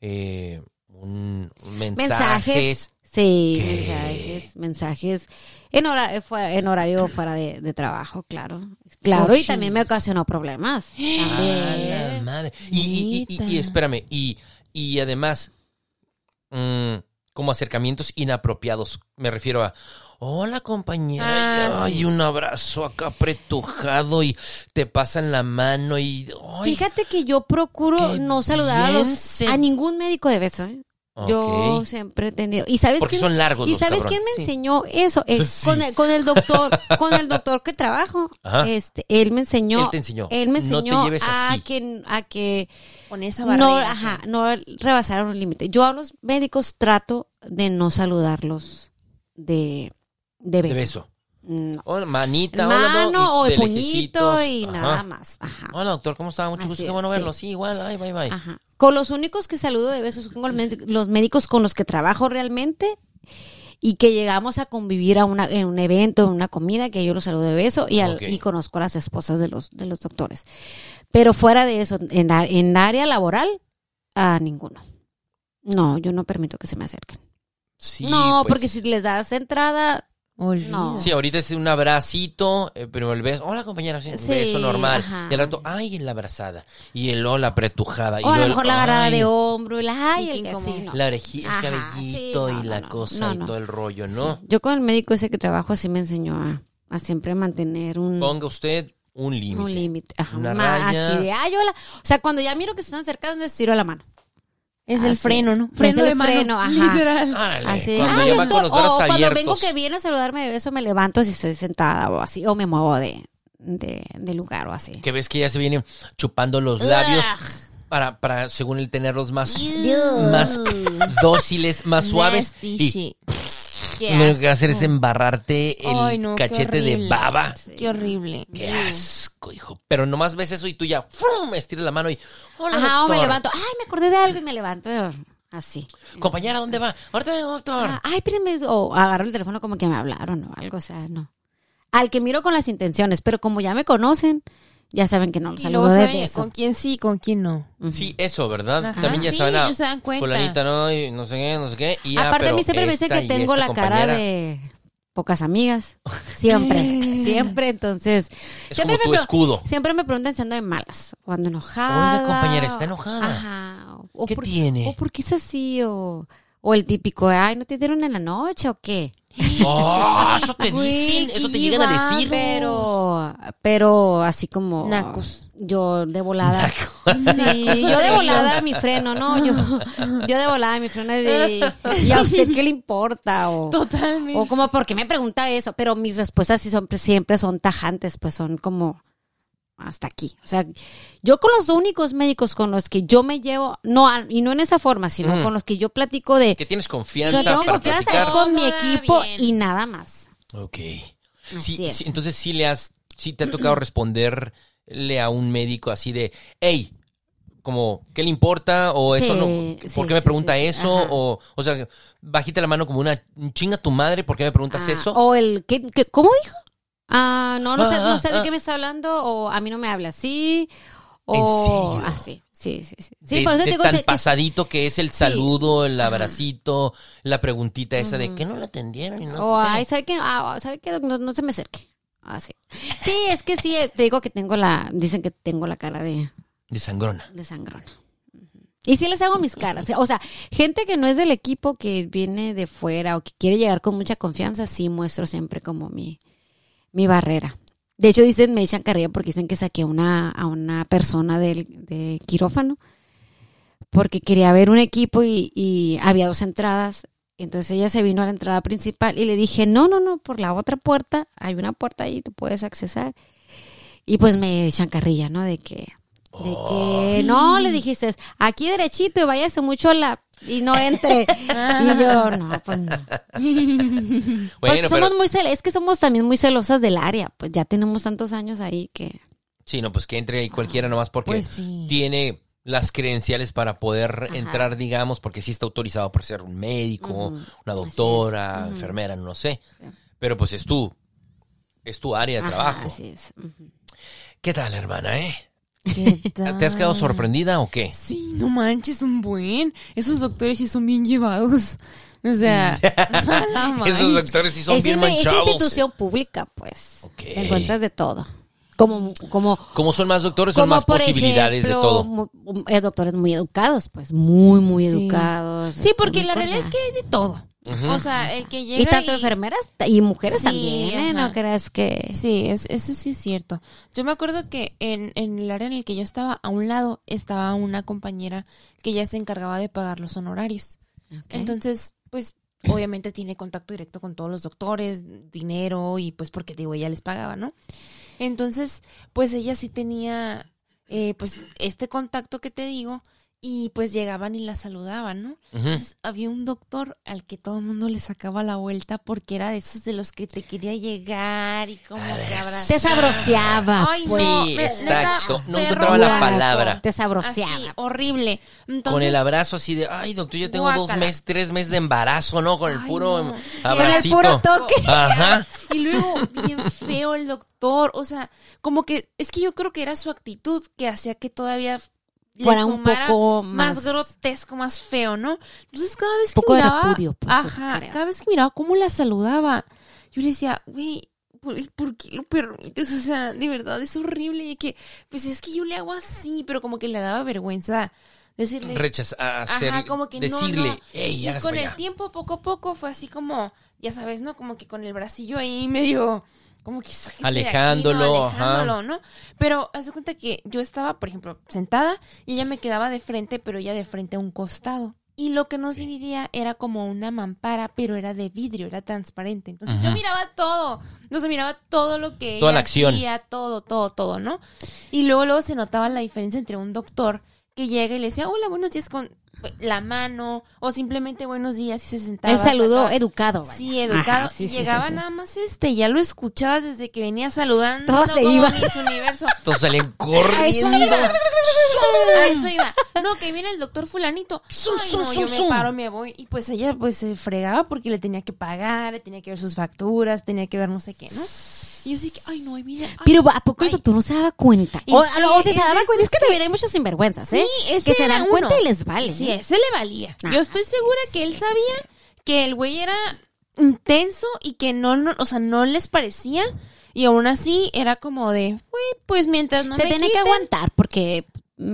S2: un mensajes.
S4: Sí,
S2: ¿Qué?
S4: mensajes en horario fuera de trabajo, claro. Claro, y también me ocasionó problemas. También.
S2: La madre. Y espérame, y además, como acercamientos inapropiados. Me refiero a, hola compañera, y un abrazo acá apretujado y te pasan la mano y...
S4: Fíjate que yo procuro no saludar a ningún médico de beso, ¿eh?
S2: Okay.
S4: Yo siempre he tenido. ¿Y sabes
S2: porque
S4: quién,
S2: son largos
S4: ¿y
S2: los
S4: sabes
S2: cabrones?
S4: quién me enseñó eso? Es con el doctor que trabajo.
S2: Ajá.
S4: Él me enseñó.
S2: Él te enseñó.
S4: Él me
S2: No te
S4: enseñó
S2: lleves
S4: a
S2: así.
S4: que
S3: Con esa barrera.
S4: no rebasaran un límite. Yo a los médicos trato de no saludarlos de beso.
S2: De beso.
S4: No.
S2: Hola, manita,
S4: En
S2: hola,
S4: mano o
S2: de
S4: de puñito
S2: lejecitos.
S4: y
S2: Ajá.
S4: nada más. Ajá.
S2: Hola, doctor, ¿cómo está? Mucho
S4: Así
S2: gusto, qué
S4: es,
S2: bueno
S4: sí.
S2: verlo. Sí, igual, ay, bye.
S4: Ajá. Con los únicos que saludo de besos son con los médicos con los que trabajo realmente y que llegamos a convivir en un evento, en una comida, que yo los saludo de beso y conozco a las esposas de los doctores. Pero fuera de eso, en área laboral, a ninguno. No, yo no permito que se me acerquen.
S2: Sí,
S4: No,
S2: pues,
S4: porque si les das entrada, no.
S2: sí, ahorita es un abracito, pero el beso, hola compañera, sí, un
S4: Sí,
S2: beso normal.
S4: ajá.
S2: Y al rato, ay, la abrazada. Y el hola apretujada. Y
S4: o a lo
S2: luego
S4: mejor la agarrada
S2: ay,
S4: de hombro, y
S3: Sí,
S4: el
S3: qué
S4: que sí,
S3: incómodo.
S4: no.
S2: la orejita, el
S4: Ajá,
S2: cabellito
S4: sí,
S2: y
S4: no,
S2: la
S4: no,
S2: cosa y
S4: no.
S2: todo el rollo, ¿no?
S4: Sí. Yo con el médico ese que trabajo sí me enseñó a siempre mantener un
S2: Ponga usted un límite.
S4: un límite. Ajá,
S2: Una
S4: así
S2: raya.
S4: de, hola. O sea, cuando ya miro que se están acercando, les tiro la mano.
S3: Es el
S4: Así.
S3: freno, ¿no?
S4: Es
S3: Freno
S4: el
S3: de mano.
S4: freno, ajá.
S3: Literal.
S2: Árale,
S4: Así de,
S2: cuando ya va con los
S4: doctor,
S2: brazos
S4: o cuando
S2: abiertos.
S4: vengo que viene a saludarme de beso, me levanto si estoy sentada o así, o me muevo de lugar o así.
S2: Que ves que ya se viene chupando los labios para según él tenerlos más dóciles, más suaves.
S3: Nasty
S2: Y
S3: shit.
S2: lo que hacer es embarrarte el
S3: Ay, no, qué
S2: cachete de
S3: horrible.
S2: baba.
S3: Qué horrible.
S2: Qué asco, hijo. Pero nomás ves eso y tú ya ¡fum! Estiras la mano y hola,
S4: Ajá, o me
S2: doctor.
S4: levanto, me acordé de algo y me levanto así.
S2: Compañera, ¿dónde va? Ahorita vengo, doctor.
S4: Espérenme, o agarro el teléfono como que me hablaron o algo, o sea, no. Al que miro con las intenciones, pero como ya me conocen, ya saben que no los
S3: Y
S4: saludo
S3: luego
S4: de
S3: saben
S4: beso.
S3: con quién sí, con quién no.
S2: Sí, eso, ¿verdad?
S3: Ajá.
S2: También ya
S3: Sí,
S2: saben,
S3: ellos se dan cuenta.
S2: fulanita, ¿no? Y no sé qué. Y
S4: Aparte a
S2: pero
S4: mí siempre me dicen
S2: esta
S4: que
S2: y
S4: tengo
S2: esta
S4: la cara
S2: compañera
S4: de pocas amigas. Siempre, entonces.
S2: Es
S4: siempre
S2: como tu escudo.
S4: Siempre me preguntan si ando de malas, o ando enojada.
S2: Oiga, compañera, ¿está enojada?
S4: Ajá. O
S2: ¿Qué tiene?
S4: O por qué es así, o el típico, ay, ¿no te dieron en la noche o qué?
S2: ¡Oh! Eso te
S4: Güey,
S2: dicen, eso te
S4: sí,
S2: llegan a
S4: va,
S2: decir.
S4: pero así como
S3: Nacos.
S4: yo de volada. Sí, yo de volada mi freno, ¿no? Yo de volada mi freno de ¿y a usted qué le importa? O
S3: Totalmente.
S4: como, ¿por qué me pregunta eso? Pero mis respuestas sí siempre son tajantes, pues son como hasta aquí. O sea, yo con los únicos médicos con los que yo me llevo, y no en esa forma, sino con los que yo platico de
S2: Que tienes
S4: que
S2: confianza
S4: tengo
S2: para
S4: confianza es
S2: platicar.
S4: con mi
S3: Nada
S4: equipo
S3: bien.
S4: y nada más.
S2: Ok.
S4: Así
S2: Sí,
S4: es.
S2: sí, entonces sí te ha tocado responderle a un médico así de, hey, como, ¿qué le importa? O eso
S4: Sí,
S2: no, ¿por
S4: sí,
S2: qué me
S4: sí,
S2: pregunta
S4: sí, sí.
S2: eso?
S4: Ajá.
S2: O sea, bajita la mano como una chinga tu madre, ¿por qué me preguntas eso?
S4: O ¿cómo dijo? No sé de qué me está hablando, o a mí no me habla así, o
S2: ¿En serio?
S4: así. Sí.
S2: de,
S4: por eso
S2: de
S4: te digo
S2: tan
S4: que
S2: pasadito que es el saludo, el
S4: Ajá.
S2: abracito, la preguntita esa de que no la atendieron y no
S4: o
S2: sé qué.
S4: ay, ¿sabe qué? No se me acerque. Así. Sí, es que sí, te digo que dicen que tengo la cara de
S2: De sangrona.
S4: sangrona. Y sí les hago mis caras. O sea, gente que no es del equipo, que viene de fuera o que quiere llegar con mucha confianza, sí muestro siempre como mi barrera. De hecho, me echan carrilla porque dicen que saqué a una persona de quirófano porque quería ver un equipo y había 2 entradas. Entonces ella se vino a la entrada principal y le dije, no, por la otra puerta, hay una puerta ahí, tú puedes accesar. Y pues me echan carrilla, ¿no? De que no, le dijiste, aquí derechito y váyase mucho y no entre. Y yo, no, pues no. Porque somos es que somos también muy celosas del área, pues ya tenemos tantos años ahí que...
S2: Sí, no, pues que entre ahí cualquiera nomás porque
S3: Pues sí.
S2: tiene las credenciales para poder entrar, digamos, porque sí está autorizado por ser un médico, una doctora, enfermera, no sé. Sí. Pero pues es tu área de trabajo.
S4: Así es.
S2: ¿Qué tal, hermana,
S3: ¿Qué tal?
S2: ¿Te has quedado sorprendida o qué?
S3: Sí, no manches, un buen. Esos doctores sí son bien llevados. O sea,
S2: esos doctores sí son bien manchados.
S4: Es institución pública, pues.
S2: Okay.
S4: Te encuentras de todo. Como
S2: son más doctores, son más posibilidades de todo.
S4: Doctores muy educados, pues muy educados.
S3: Sí, porque la realidad es que hay de todo. O sea, el que llega
S4: y tanto enfermeras y mujeres
S3: sí,
S4: también, ¿no crees que...?
S3: Sí, eso sí es cierto. Yo me acuerdo que en el área en el que yo estaba, a un lado estaba una compañera que ya se encargaba de pagar los honorarios. Okay. Entonces, pues, obviamente tiene contacto directo con todos los doctores, dinero, y pues porque, digo, ella les pagaba, ¿no? Entonces, pues ella sí tenía, pues, este contacto que te digo, y pues llegaban y la saludaban, ¿no? Entonces había un doctor al que todo el mundo le sacaba la vuelta porque era de esos de los que te quería llegar y como que abrazar.
S4: Te sabroseaba.
S3: Ay,
S4: pues.
S3: no,
S2: Sí, exacto. No encontraba la palabra.
S4: Te sabroseaba.
S3: Así, horrible. Entonces,
S2: con el abrazo así de, ay, doctor, yo tengo 3 meses de embarazo, ¿no? Con el puro abracito.
S4: Con el puro toque.
S2: Ajá.
S3: Y luego, bien feo el doctor. O sea, como que, es que yo creo que era su actitud que hacía que todavía
S4: fuera un poco
S3: más grotesco, más feo, ¿no? Entonces cada vez que
S4: poco
S3: miraba,
S4: de repudio, pues,
S3: cada vez que miraba cómo la saludaba, yo le decía, güey, ¿por qué lo permites? O sea, de verdad es horrible. Y que, pues es que yo le hago así, pero como que le daba vergüenza decirle, como que decirle, no.
S2: Ey,
S3: y con el tiempo, poco a poco, fue así como, ya sabes, ¿no? Como que con el bracillo ahí medio, como que
S2: alejándolo,
S3: ¿no? Pero haz de cuenta que yo estaba, por ejemplo, sentada y ella me quedaba de frente, pero ella de frente a un costado. Y lo que nos dividía era como una mampara, pero era de vidrio, era transparente. Entonces yo miraba todo. Entonces miraba todo lo que
S2: toda
S3: ella
S2: la acción.
S3: hacía, todo, ¿no? Y luego se notaba la diferencia entre un doctor que llega y le decía, hola, buenos días, con la mano, o simplemente buenos días, y se sentaba.
S4: El saludo educado.
S3: Vale. Sí, educado.
S4: Ajá,
S3: y llegaba nada más ya lo escuchabas desde que venía saludando.
S4: Todo se iba.
S3: Universo.
S2: Todos salían corriendo.
S3: A eso iba. No, que viene el doctor fulanito. Ay, no, yo me paro, me voy. Y pues ella pues se fregaba porque le tenía que pagar, le tenía que ver sus facturas, tenía que ver no sé qué, ¿no? Y yo sí que, ay, no, mira. Ay,
S4: pero ¿a poco el doctor no se daba cuenta? O sea, se daba cuenta. Es que también hay muchos sinvergüenzas, ¿eh?
S3: Sí,
S4: que se dan cuenta y les vale.
S3: Sí, ese le valía. Yo estoy segura que él sabía que el güey era intenso y que no, o sea, no les parecía. Y aún así era como de, güey, pues mientras no
S4: se
S3: me
S4: tiene
S3: quiten,
S4: que aguantar porque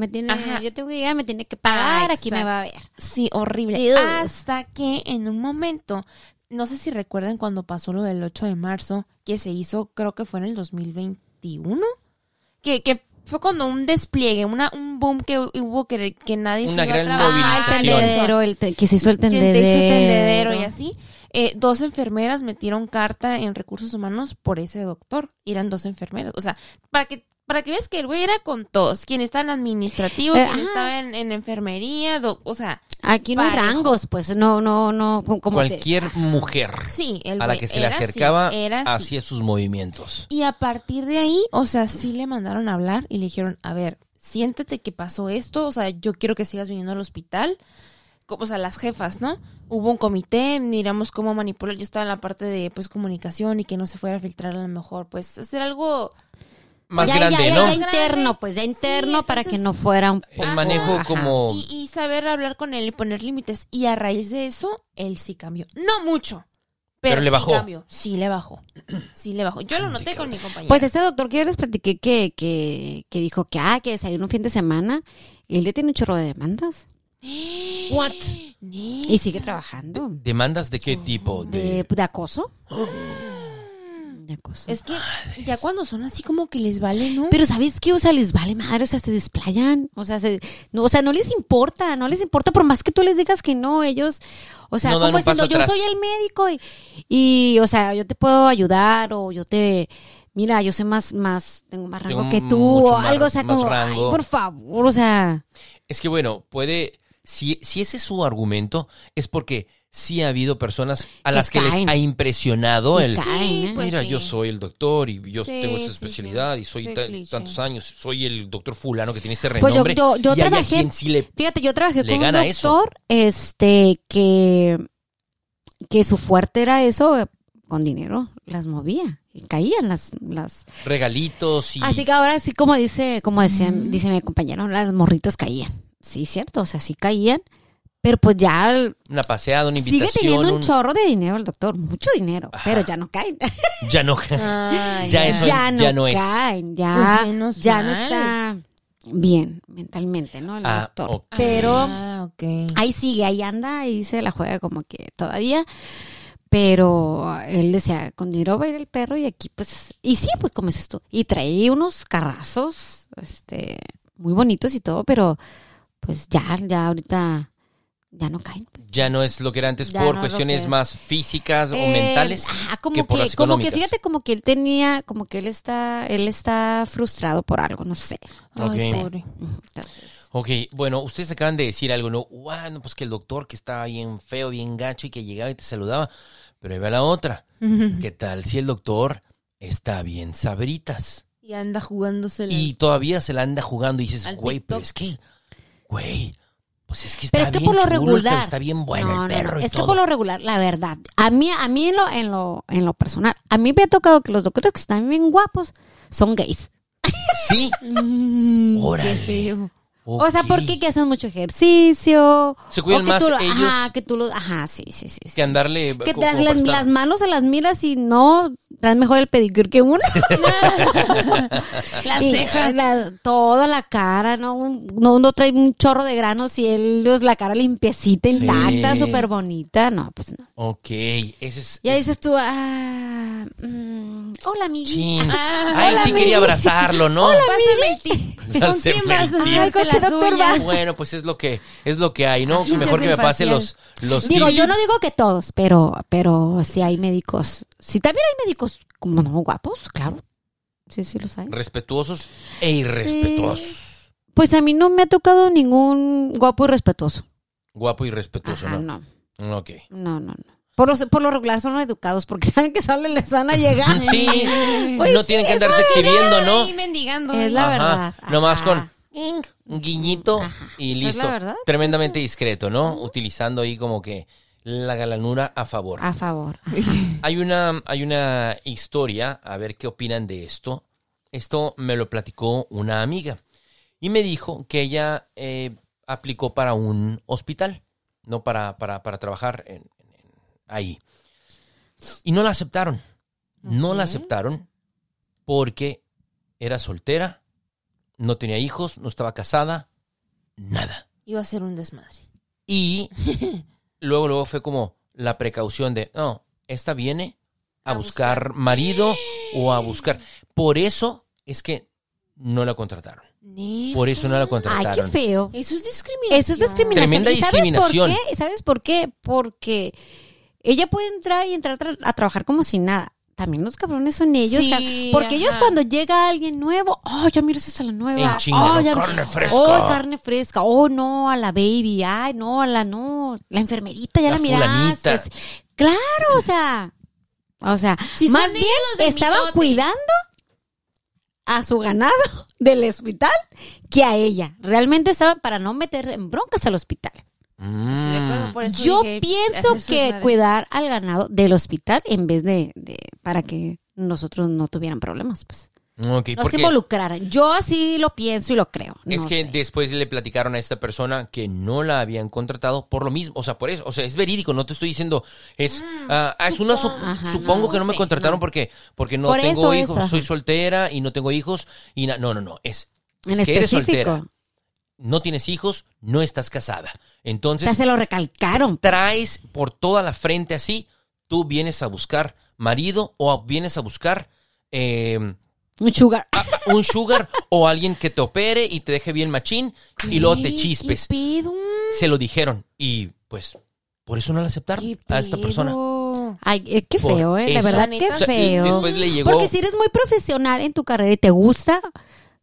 S4: yo tengo que llegar, me tiene que pagar, aquí me va a ver.
S3: Sí, horrible. Hasta que en un momento, no sé si recuerdan cuando pasó lo del 8 de marzo, que se hizo, creo que fue en el 2021, que fue cuando un despliegue, un boom que hubo que nadie
S2: una
S3: se iba
S2: gran
S3: a
S2: movilización.
S4: Que se hizo el tendedero.
S3: Que se hizo el tendedero y así. 2 enfermeras metieron carta en recursos humanos por ese doctor. Y eran 2 enfermeras. O sea, para que veas que el güey era con todos. Quien estaba en administrativo, quien estaba en enfermería, o sea...
S4: Aquí no hay rangos, pues, no. Como
S2: cualquier mujer
S3: sí,
S2: a la que se le acercaba hacía sus movimientos.
S3: Y a partir de ahí, o sea, sí le mandaron a hablar y le dijeron, a ver, siéntate que pasó esto, o sea, yo quiero que sigas viniendo al hospital. O sea, las jefas, ¿no? Hubo un comité, miramos cómo manipular. Yo estaba en la parte de, pues, comunicación y que no se fuera a filtrar a lo mejor, pues, hacer algo...
S2: más grande, ¿no?
S4: Ya interno, pues, ya interno, sí, para que no fuera un poco...
S2: El manejo como...
S3: Y saber hablar con él y poner límites. Y a raíz de eso, él sí cambió. No mucho, pero
S2: le
S3: sí
S2: bajó.
S3: Cambió. Sí le bajó. Yo lo noté con mi compañera.
S4: Pues este doctor que yo les platiqué que dijo que salió un fin de semana, y él ya tiene un chorro de demandas.
S2: What?
S4: Y sigue trabajando.
S2: ¿Demandas de qué tipo?
S4: De acoso. De acoso.
S3: Es que ya cuando son así como que les vale, ¿no?
S4: Pero ¿sabes qué? O sea, les vale madre, o sea, se desplayan. O sea, no les importa por más que tú les digas que no, ellos, o sea, como diciendo, yo soy el médico y, o sea, yo te puedo ayudar o mira, yo sé tengo más rango que tú o algo, o sea, como, ay, por favor, o sea.
S2: Es que bueno, si ese es su argumento, es porque sí ha habido personas a
S4: Que
S2: las que les
S4: caen.
S2: ha impresionado
S4: Y
S2: el...
S4: caen, ¿eh?
S3: pues
S2: Mira,
S3: sí.
S2: yo soy el doctor y yo
S3: Sí,
S2: tengo esa
S3: sí,
S2: especialidad
S3: sí.
S2: y soy
S3: Sí, cliché.
S2: tantos años, soy el doctor fulano que tiene ese
S4: Pues
S2: renombre.
S4: yo
S2: y hay a
S4: trabajé,
S2: quien sí le...
S4: fíjate, yo trabajé
S2: le
S4: con un
S2: gana eso.
S4: doctor, que su fuerte era eso, con dinero las movía y caían las.
S2: Regalitos y...
S4: Así que ahora sí, dice mi compañero, las morritas caían. Sí, cierto, o sea, sí caían, pero pues ya
S2: una paseada, una
S4: sigue
S2: invitación.
S4: teniendo un chorro de dinero el doctor, mucho dinero,
S2: Ajá.
S4: pero ya no caen.
S2: Ya no...
S3: Ah,
S2: Ya eso
S4: ya no
S2: es.
S4: caen,
S3: Pues menos
S4: ya no
S3: mal.
S4: está bien mentalmente, ¿no? El doctor.
S2: ok.
S4: Pero
S3: ok.
S4: ahí sigue, ahí anda, ahí se la juega como que todavía. Pero él decía, con dinero va a ir el perro y aquí pues... Y sí, pues como dices tú. Y trae unos carrazos, muy bonitos y todo, pero pues ya ahorita ya no caen. Pues.
S2: Ya no es lo que era antes
S4: Ya
S2: por
S4: no es lo
S2: cuestiones
S4: que-
S2: más físicas o mentales
S4: como
S2: que por las económicas.
S4: fíjate, como que él tenía, como que él está frustrado por algo, no sé.
S3: Ay,
S2: Ok.
S3: pobre.
S4: Entonces,
S2: Ok, bueno, ustedes acaban de decir algo, ¿no? Bueno, pues que el doctor que estaba bien feo, bien gacho y que llegaba y te saludaba. Pero ahí va la otra. ¿Qué tal si el doctor está bien sabritas?
S3: Y anda jugándosela.
S2: Y todavía se la anda jugando y dices,
S3: Al
S2: güey, pero
S3: TikTok.
S2: es que, güey, pues es que está
S4: pero es que
S2: bien
S4: por lo
S2: chulo,
S4: regular,
S2: está bien bueno el perro y
S4: es que
S2: todo.
S4: por lo regular, la verdad, a mí en lo personal, a mí me ha tocado que los doctores que están bien guapos son gays.
S2: Sí,
S3: Qué
S2: órale.
S3: feo.
S4: O sea,
S2: Ok.
S4: ¿por qué? Que hacen mucho ejercicio.
S2: Se cuidan
S4: o que
S2: más
S4: tú
S2: ellos
S4: que tú los... Ajá, sí.
S2: que andarle...
S4: Que
S2: como para
S4: las
S2: estar-
S4: manos se las miras y no, das mejor el pedicure que uno.
S3: La
S4: Y
S3: ceja.
S4: toda la cara, ¿no? Uno trae un chorro de granos y él, la cara limpiecita,
S2: Sí.
S4: intacta, súper bonita. No, pues no.
S2: Ok, ese es...
S4: Ya
S2: es-
S4: dices tú, hola, amiguita.
S2: Chin.
S3: Ah,
S2: Ah, él
S4: hola,
S2: sí quería
S4: amiguita.
S2: abrazarlo, ¿no?
S3: Pásame el tip. ¿Con
S2: Pásame
S3: quién
S2: el
S3: vas a
S2: tip.
S3: hacerte
S4: Ay, ¿con qué
S3: las
S4: doctor
S3: uñas?
S4: vas?
S2: Bueno, pues es lo que hay, ¿no?
S3: Ay,
S2: Mejor
S3: te
S2: que me
S3: hacen
S2: pase
S3: facial.
S2: los
S4: Digo,
S2: tips.
S4: yo no digo que todos, pero sí hay médicos. Sí, también hay médicos, como no, guapos, claro. Sí, los hay.
S2: Respetuosos e irrespetuosos.
S4: Pues a mí no me ha tocado ningún guapo y respetuoso.
S2: Guapo y respetuoso,
S4: Ajá,
S2: ¿no?
S4: no.
S2: Ok.
S4: No. Por lo regular son educados porque saben que solo les van a llegar.
S2: Sí,
S4: Pues
S2: no
S4: sí,
S2: tienen que
S4: eso
S2: andarse exhibiendo, ¿no?
S3: Ahí mendigando.
S4: Es la verdad.
S2: Nomás
S4: Ajá.
S2: con un guiñito y
S4: Esa es
S2: listo.
S4: la verdad.
S2: Tremendamente discreto, ¿no? Utilizando ahí como que la galanura a favor.
S4: A favor.
S2: Hay una historia, a ver qué opinan de esto. Esto me lo platicó una amiga y me dijo que ella aplicó para un hospital, no para trabajar ahí. Y no la aceptaron. No la aceptaron porque era soltera, no tenía hijos, no estaba casada, nada.
S3: Iba a ser un desmadre.
S2: Y luego fue como la precaución de, no, esta viene a buscar marido o a buscar. Por eso es que no la contrataron.
S3: ¿Neta?
S2: Por eso no la
S4: Ay,
S2: contrataron.
S4: qué feo.
S3: Eso es discriminación.
S4: Eso es discriminación.
S2: Tremenda
S4: ¿Y
S2: discriminación.
S4: ¿Sabes por qué? Porque ella puede entrar a trabajar como si nada. También los cabrones son ellos.
S3: Sí,
S4: porque ellos
S3: ajá.
S4: cuando llega alguien nuevo, ya mira, esa es la nueva.
S2: En chinga, ¿no?
S4: Ya-
S2: Carne fresca.
S4: Carne fresca. No, a la baby. Ay, no, la enfermerita, ya
S2: La
S4: la miraste.
S2: fulanita.
S4: Claro, o sea,
S3: Si
S4: más
S3: son
S4: bien
S3: ellos los del
S4: estaban
S3: mitote.
S4: cuidando a su ganado del hospital que a ella. Realmente estaban para no meter en broncas al hospital.
S3: Estoy de acuerdo, por eso
S4: Yo
S3: dije,
S4: pienso
S3: hacer su
S4: que
S3: desmadre.
S4: cuidar al ganado del hospital en vez de para que nosotros no tuvieran problemas, pues.
S2: Ok,
S4: No se
S2: porque
S4: involucraran. Yo así lo pienso y lo creo.
S2: es
S4: no
S2: que
S4: sé.
S2: después le platicaron a esta persona que no la habían contratado por lo mismo. O sea, por eso. O sea, es verídico, no te estoy diciendo. Es una
S4: Ajá,
S2: supongo que no me
S3: sé,
S2: contrataron
S4: no.
S2: porque no
S4: Por
S2: tengo
S4: eso,
S2: hijos,
S4: ajá.
S2: soy soltera y no tengo hijos. Y no. Es
S4: En
S2: que eres soltera.
S4: específico.
S2: No tienes hijos, no estás casada.
S4: O
S2: Entonces,
S4: sea, se lo recalcaron.
S2: traes por toda la frente así, tú vienes a buscar marido o vienes a buscar
S4: Un sugar.
S2: un sugar o alguien que te opere y te deje bien machín y luego te
S3: ¿Qué
S2: chispes.
S3: pedo?
S2: Se lo dijeron y pues por eso no la aceptaron
S3: ¿Qué
S2: a esta persona.
S3: pedo?
S4: Ay, qué
S2: Por
S4: feo, ¿eh? De
S2: eso.
S4: verdad,
S3: La
S4: qué
S3: neta,
S2: O sea,
S4: feo.
S2: después le llegó
S4: Porque si eres muy profesional en tu carrera y te gusta,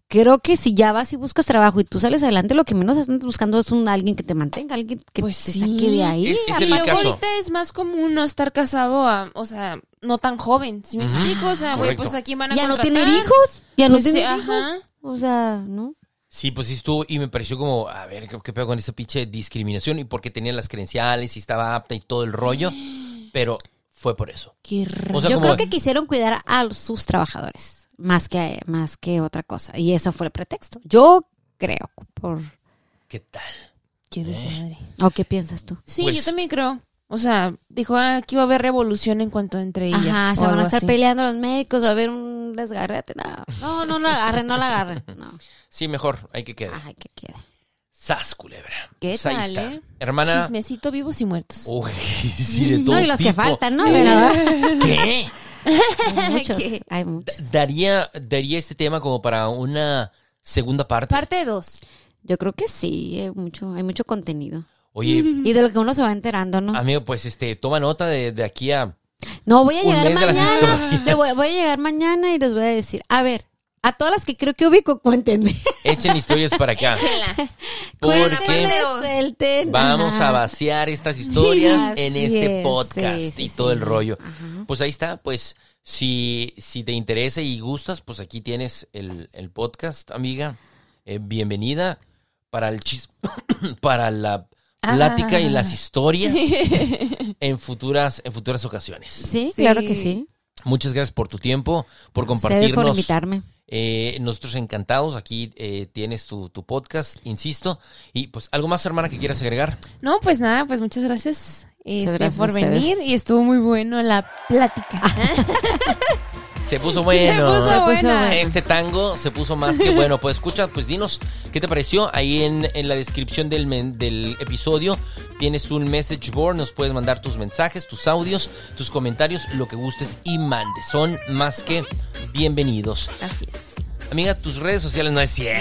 S4: creo que si ya vas y buscas trabajo y tú sales adelante, lo que menos estás buscando es alguien que te mantenga, alguien que
S3: Pues
S4: te
S3: sí.
S4: saque de ahí.
S2: Es
S3: Y
S2: el
S3: luego
S2: caso.
S3: ahorita es más común no estar casado o sea, no tan joven, ¿sí me explico? O sea, güey,
S2: correcto.
S3: pues aquí van a
S4: Ya no
S3: contratar.
S4: tener hijos, ya no
S3: Pues sí,
S4: tener
S3: ajá.
S4: hijos. O sea, ¿no?
S2: Sí, pues sí estuvo y me pareció como, a ver, ¿qué pedo con esa pinche discriminación? Y porque tenía las credenciales y estaba apta y todo el rollo, pero fue por eso.
S3: Qué raro.
S2: O sea,
S4: Yo
S2: como-
S4: creo que quisieron cuidar a sus trabajadores más que otra cosa. Y eso fue el pretexto. Yo creo.
S2: ¿Qué tal?
S3: Qué desmadre.
S4: ¿O qué piensas tú?
S3: Sí,
S2: Pues-
S3: yo también creo. O sea, dijo aquí va a haber revolución en cuanto entre ella.
S4: Ajá, se
S3: o
S4: van a
S3: algo
S4: estar
S3: así.
S4: peleando los médicos, va a haber un desgarrete. No la agarren, no la agarren. No.
S2: Sí, mejor, hay que quedar.
S4: Ajá, que quede.
S2: Sas, culebra.
S3: ¿Qué
S2: Pues ahí
S3: tal,
S2: está.
S3: eh?
S2: Hermana.
S3: Chismecito vivos y muertos.
S2: Uy, sí, de todo
S4: No, y los que
S2: tipo.
S4: faltan, ¿no? Pero,
S2: ¿Qué?
S4: hay muchos,
S3: ¿Qué?
S4: hay muchos.
S2: Daría este tema como para una segunda parte.
S3: Parte 2.
S4: Yo creo que sí, hay mucho contenido.
S2: Oye,
S4: Y de lo que uno se va enterando, ¿no?
S2: amigo, pues toma nota de aquí a...
S4: No, voy a
S2: Un
S4: llegar
S2: mes de las
S4: mañana.
S2: historias.
S4: Voy a llegar mañana y les voy a decir, a ver, a todas las que creo que ubico, cuéntenme.
S2: Echen historias para acá.
S4: ¿Cuál
S2: Porque
S4: es el tema?
S2: vamos a
S4: Ajá.
S2: vaciar estas historias
S4: Así
S2: en este
S4: es,
S2: podcast
S4: sí, sí,
S2: y todo el
S4: sí.
S2: rollo.
S4: Ajá.
S2: Pues ahí está, pues si te interesa y gustas, pues aquí tienes el podcast, amiga. Bienvenida para el para la plática y las historias en futuras ocasiones.
S4: Sí,
S3: Sí.
S4: claro que sí.
S2: Muchas gracias por tu tiempo, por
S4: Ustedes por
S2: compartirnos.
S4: invitarme.
S2: Nosotros encantados. Aquí tienes tu podcast, insisto. Y pues, ¿algo más, hermana, que quieras agregar?
S3: No, pues nada, pues muchas gracias,
S4: gracias
S3: por
S4: a ustedes.
S3: venir y estuvo muy bueno la plática.
S2: Se puso bueno.
S3: Se puso buena.
S2: Este tango se puso más que bueno. Pues escucha, pues dinos qué te pareció. Ahí en la descripción del episodio tienes un message board. Nos puedes mandar tus mensajes, tus audios, tus comentarios, lo que gustes y mandes. Son más que bienvenidos.
S3: Así es.
S2: Amiga, tus redes sociales no es cierto.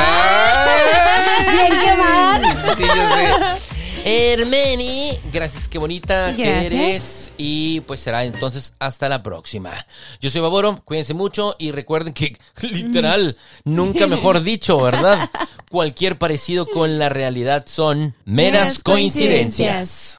S4: Bien quemada.
S2: Sí, yo sé. Hermeni, gracias, qué bonita que
S3: Gracias.
S2: eres. Y pues será entonces hasta la próxima. Yo soy Baboro, cuídense mucho y recuerden que, literal, nunca mejor dicho, ¿verdad? Cualquier parecido con la realidad son meras
S3: Meras
S2: coincidencias.
S3: coincidencias.